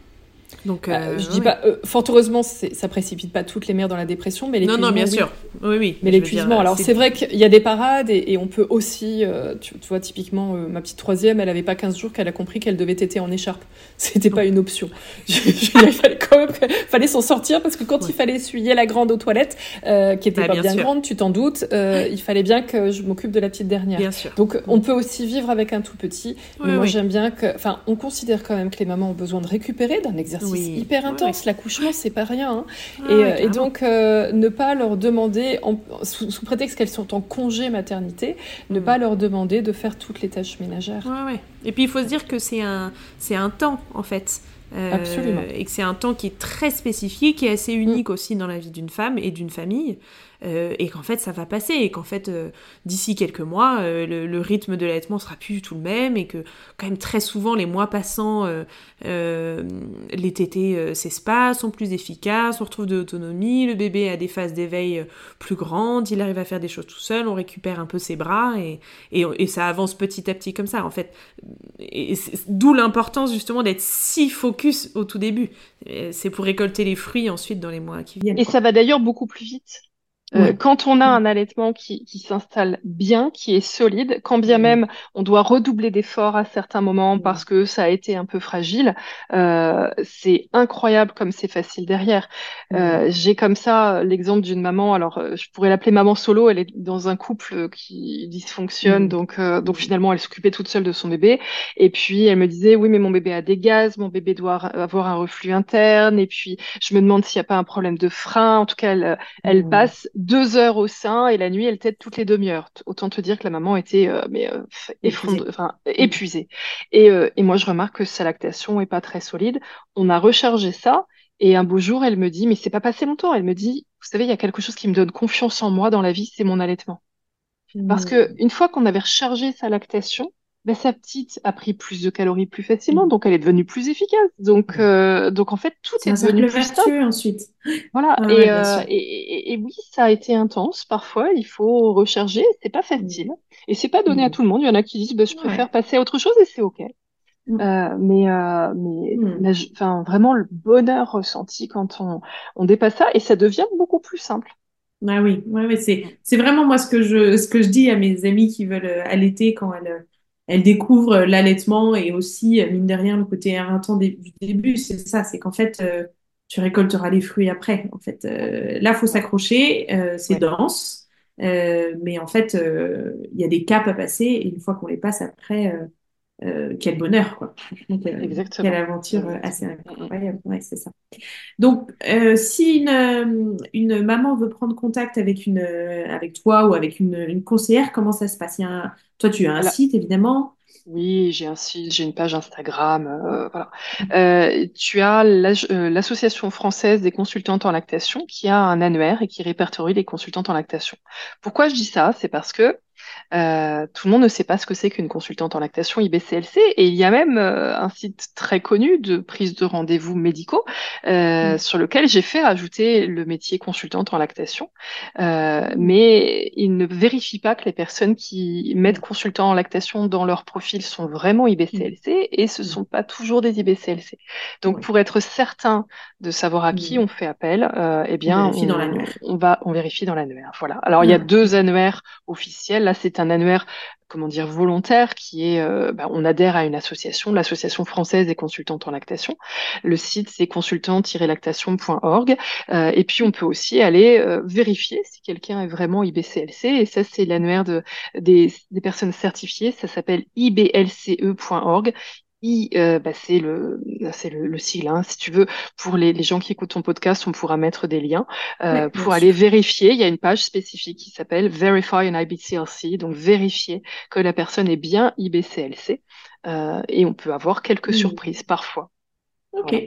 Donc, euh, euh, je dis ouais. pas, euh, fort heureusement, c'est, ça précipite pas toutes les mères dans la dépression, mais l'épuisement. Non, non, bien oui. sûr. Oui, oui. Mais l'épuisement, dire, alors c'est... c'est vrai qu'il y a des parades et, et on peut aussi, euh, tu, tu vois, typiquement, euh, ma petite troisième, elle avait pas quinze jours qu'elle a compris qu'elle devait téter en écharpe. C'était pas une option. Je, je, il fallait quand même, fallait s'en sortir parce que quand ouais. il fallait essuyer la grande aux toilettes, euh, qui était ah, pas bien, bien grande, tu t'en doutes, euh, il fallait bien que je m'occupe de la petite dernière. Bien sûr. Donc on peut aussi vivre avec un tout petit. Mais oui, moi oui. j'aime bien que, enfin, on considère quand même que les mamans ont besoin de récupérer d'un exercice oui. hyper intense. Oui, oui. L'accouchement, c'est pas rien. Hein. Ah, et, ouais, et donc, euh, ne pas leur demander, en, sous, sous prétexte qu'elles sont en congé maternité, ne mmh. pas leur demander de faire toutes les tâches ménagères. Ouais, ouais. Et puis, il faut se dire que c'est un, c'est un temps, en fait. Euh, Absolument. Et que c'est un temps qui est très spécifique, qui est assez unique mmh. aussi dans la vie d'une femme et d'une famille. Euh, et qu'en fait ça va passer et qu'en fait euh, d'ici quelques mois euh, le, le rythme de l'allaitement sera plus du tout le même et que quand même très souvent les mois passant euh, euh, les tétés euh, s'espacent, sont plus efficaces, on retrouve de l'autonomie, le bébé a des phases d'éveil plus grandes, il arrive à faire des choses tout seul, on récupère un peu ses bras et, et, et ça avance petit à petit comme ça en fait. Et c'est, d'où l'importance justement d'être si focus au tout début, c'est pour récolter les fruits ensuite dans les mois qui viennent. Et quoi. Ça va d'ailleurs beaucoup plus vite. Euh, ouais. Quand on a un allaitement qui, qui s'installe bien, qui est solide, quand bien mmh. même on doit redoubler d'efforts à certains moments mmh. parce que ça a été un peu fragile, euh, c'est incroyable comme c'est facile derrière. Mmh. Euh, j'ai comme ça l'exemple d'une maman, alors je pourrais l'appeler maman solo, elle est dans un couple qui dysfonctionne, mmh. donc, euh, donc finalement elle s'occupait toute seule de son bébé, et puis elle me disait oui mais mon bébé a des gaz, mon bébé doit avoir un reflux interne, et puis je me demande s'il n'y a pas un problème de frein, en tout cas elle, elle mmh. passe deux heures au sein et la nuit elle tète toutes les demi-heures. Autant te dire que la maman était euh, mais euh, effondrée, enfin épuisée. Et, euh, et moi je remarque que sa lactation est pas très solide. On a rechargé ça et un beau jour elle me dit mais c'est pas passé longtemps. Elle me dit vous savez il y a quelque chose qui me donne confiance en moi dans la vie, c'est mon allaitement. Mmh. Parce que une fois qu'on avait rechargé sa lactation, ben, sa petite a pris plus de calories plus facilement, donc elle est devenue plus efficace. Donc, euh, donc en fait, tout c'est est devenu plus vertueux ensuite. Voilà. Ah, et, ouais, euh, et, et, et oui, ça a été intense. Parfois, il faut recharger. C'est pas facile. Mmh. Et c'est pas donné mmh. à tout le monde. Il y en a qui disent, bah, je préfère ouais. passer à autre chose et c'est OK. Mmh. Euh, mais euh, mais mmh. enfin, vraiment, le bonheur ressenti quand on, on dépasse ça et ça devient beaucoup plus simple. Ah oui, ouais, ouais, c'est, c'est vraiment moi ce que je, ce que je dis à mes amies qui veulent allaiter quand elles, elles découvrent l'allaitement et aussi, mine de rien, le côté éreintant du début, c'est ça, c'est qu'en fait, euh, tu récolteras les fruits après. En fait, euh, là, faut s'accrocher, euh, c'est ouais. dense, euh, mais en fait, il euh, y a des caps à passer et une fois qu'on les passe après, euh, euh, quel bonheur, quoi. Donc, euh, Exactement. Quelle aventure Exactement. assez incroyable. Ouais, c'est ça. Donc, euh, si une, une maman veut prendre contact avec une, avec toi ou avec une, une conseillère, comment ça se passe? Il y a un... Toi, tu as un Alors... site, évidemment. Oui, j'ai un site, j'ai une page Instagram, euh, voilà. Euh, tu as l'Association française des consultantes en lactation qui a un annuaire et qui répertorie les consultantes en lactation. Pourquoi je dis ça? C'est parce que Euh, tout le monde ne sait pas ce que c'est qu'une consultante en lactation I B C L C et il y a même euh, un site très connu de prise de rendez-vous médicaux euh, mmh. sur lequel j'ai fait rajouter le métier consultante en lactation, euh, mmh. mais il ne vérifie pas que les personnes qui mettent mmh. consultant en lactation dans leur profil sont vraiment I B C L C mmh. et ce ne sont pas toujours des I B C L C. Donc oui. pour être certain de savoir à mmh. qui on fait appel, euh, eh bien on, vérifie on, dans l'annuaire. on va on vérifie dans l'annuaire. Voilà. Alors mmh. il y a deux annuaires officiels. Là, c'est un annuaire, comment dire, volontaire qui est, euh, bah, on adhère à une association, l'Association française des consultantes en lactation. Le site, c'est consultant tiret lactation point org. Euh, et puis, on peut aussi aller euh, vérifier si quelqu'un est vraiment I B C L C. Et ça, c'est l'annuaire de, des, des personnes certifiées. Ça s'appelle I B L C E point org. I, euh, bah, c'est le, c'est le, le sigle. Hein. Si tu veux, pour les, les gens qui écoutent ton podcast, on pourra mettre des liens euh, oui, pour aller sûr. vérifier. Il y a une page spécifique qui s'appelle Verify an I B C L C, donc vérifier que la personne est bien I B C L C. Euh, et on peut avoir quelques mmh. surprises parfois. Ok, voilà.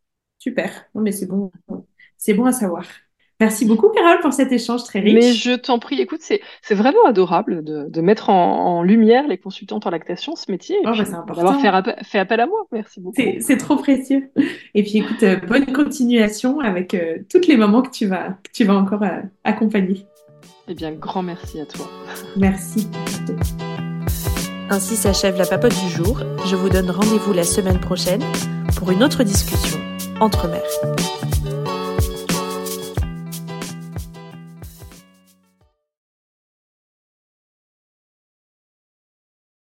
Super. Non mais c'est bon, c'est bon à savoir. Merci beaucoup, Carole, pour cet échange très riche. Mais je t'en prie, écoute, c'est, c'est vraiment adorable de, de mettre en, en lumière les consultantes en lactation, ce métier, et oh, puis bah, c'est important. d'avoir fait appel, fait appel à moi. Merci beaucoup. C'est, c'est trop précieux. Et puis, écoute, euh, bonne continuation avec euh, toutes les mamans que tu vas, que tu vas encore euh, accompagner. Eh bien, grand merci à toi. Merci. Ainsi s'achève la papote du jour. Je vous donne rendez-vous la semaine prochaine pour une autre discussion. entre mères.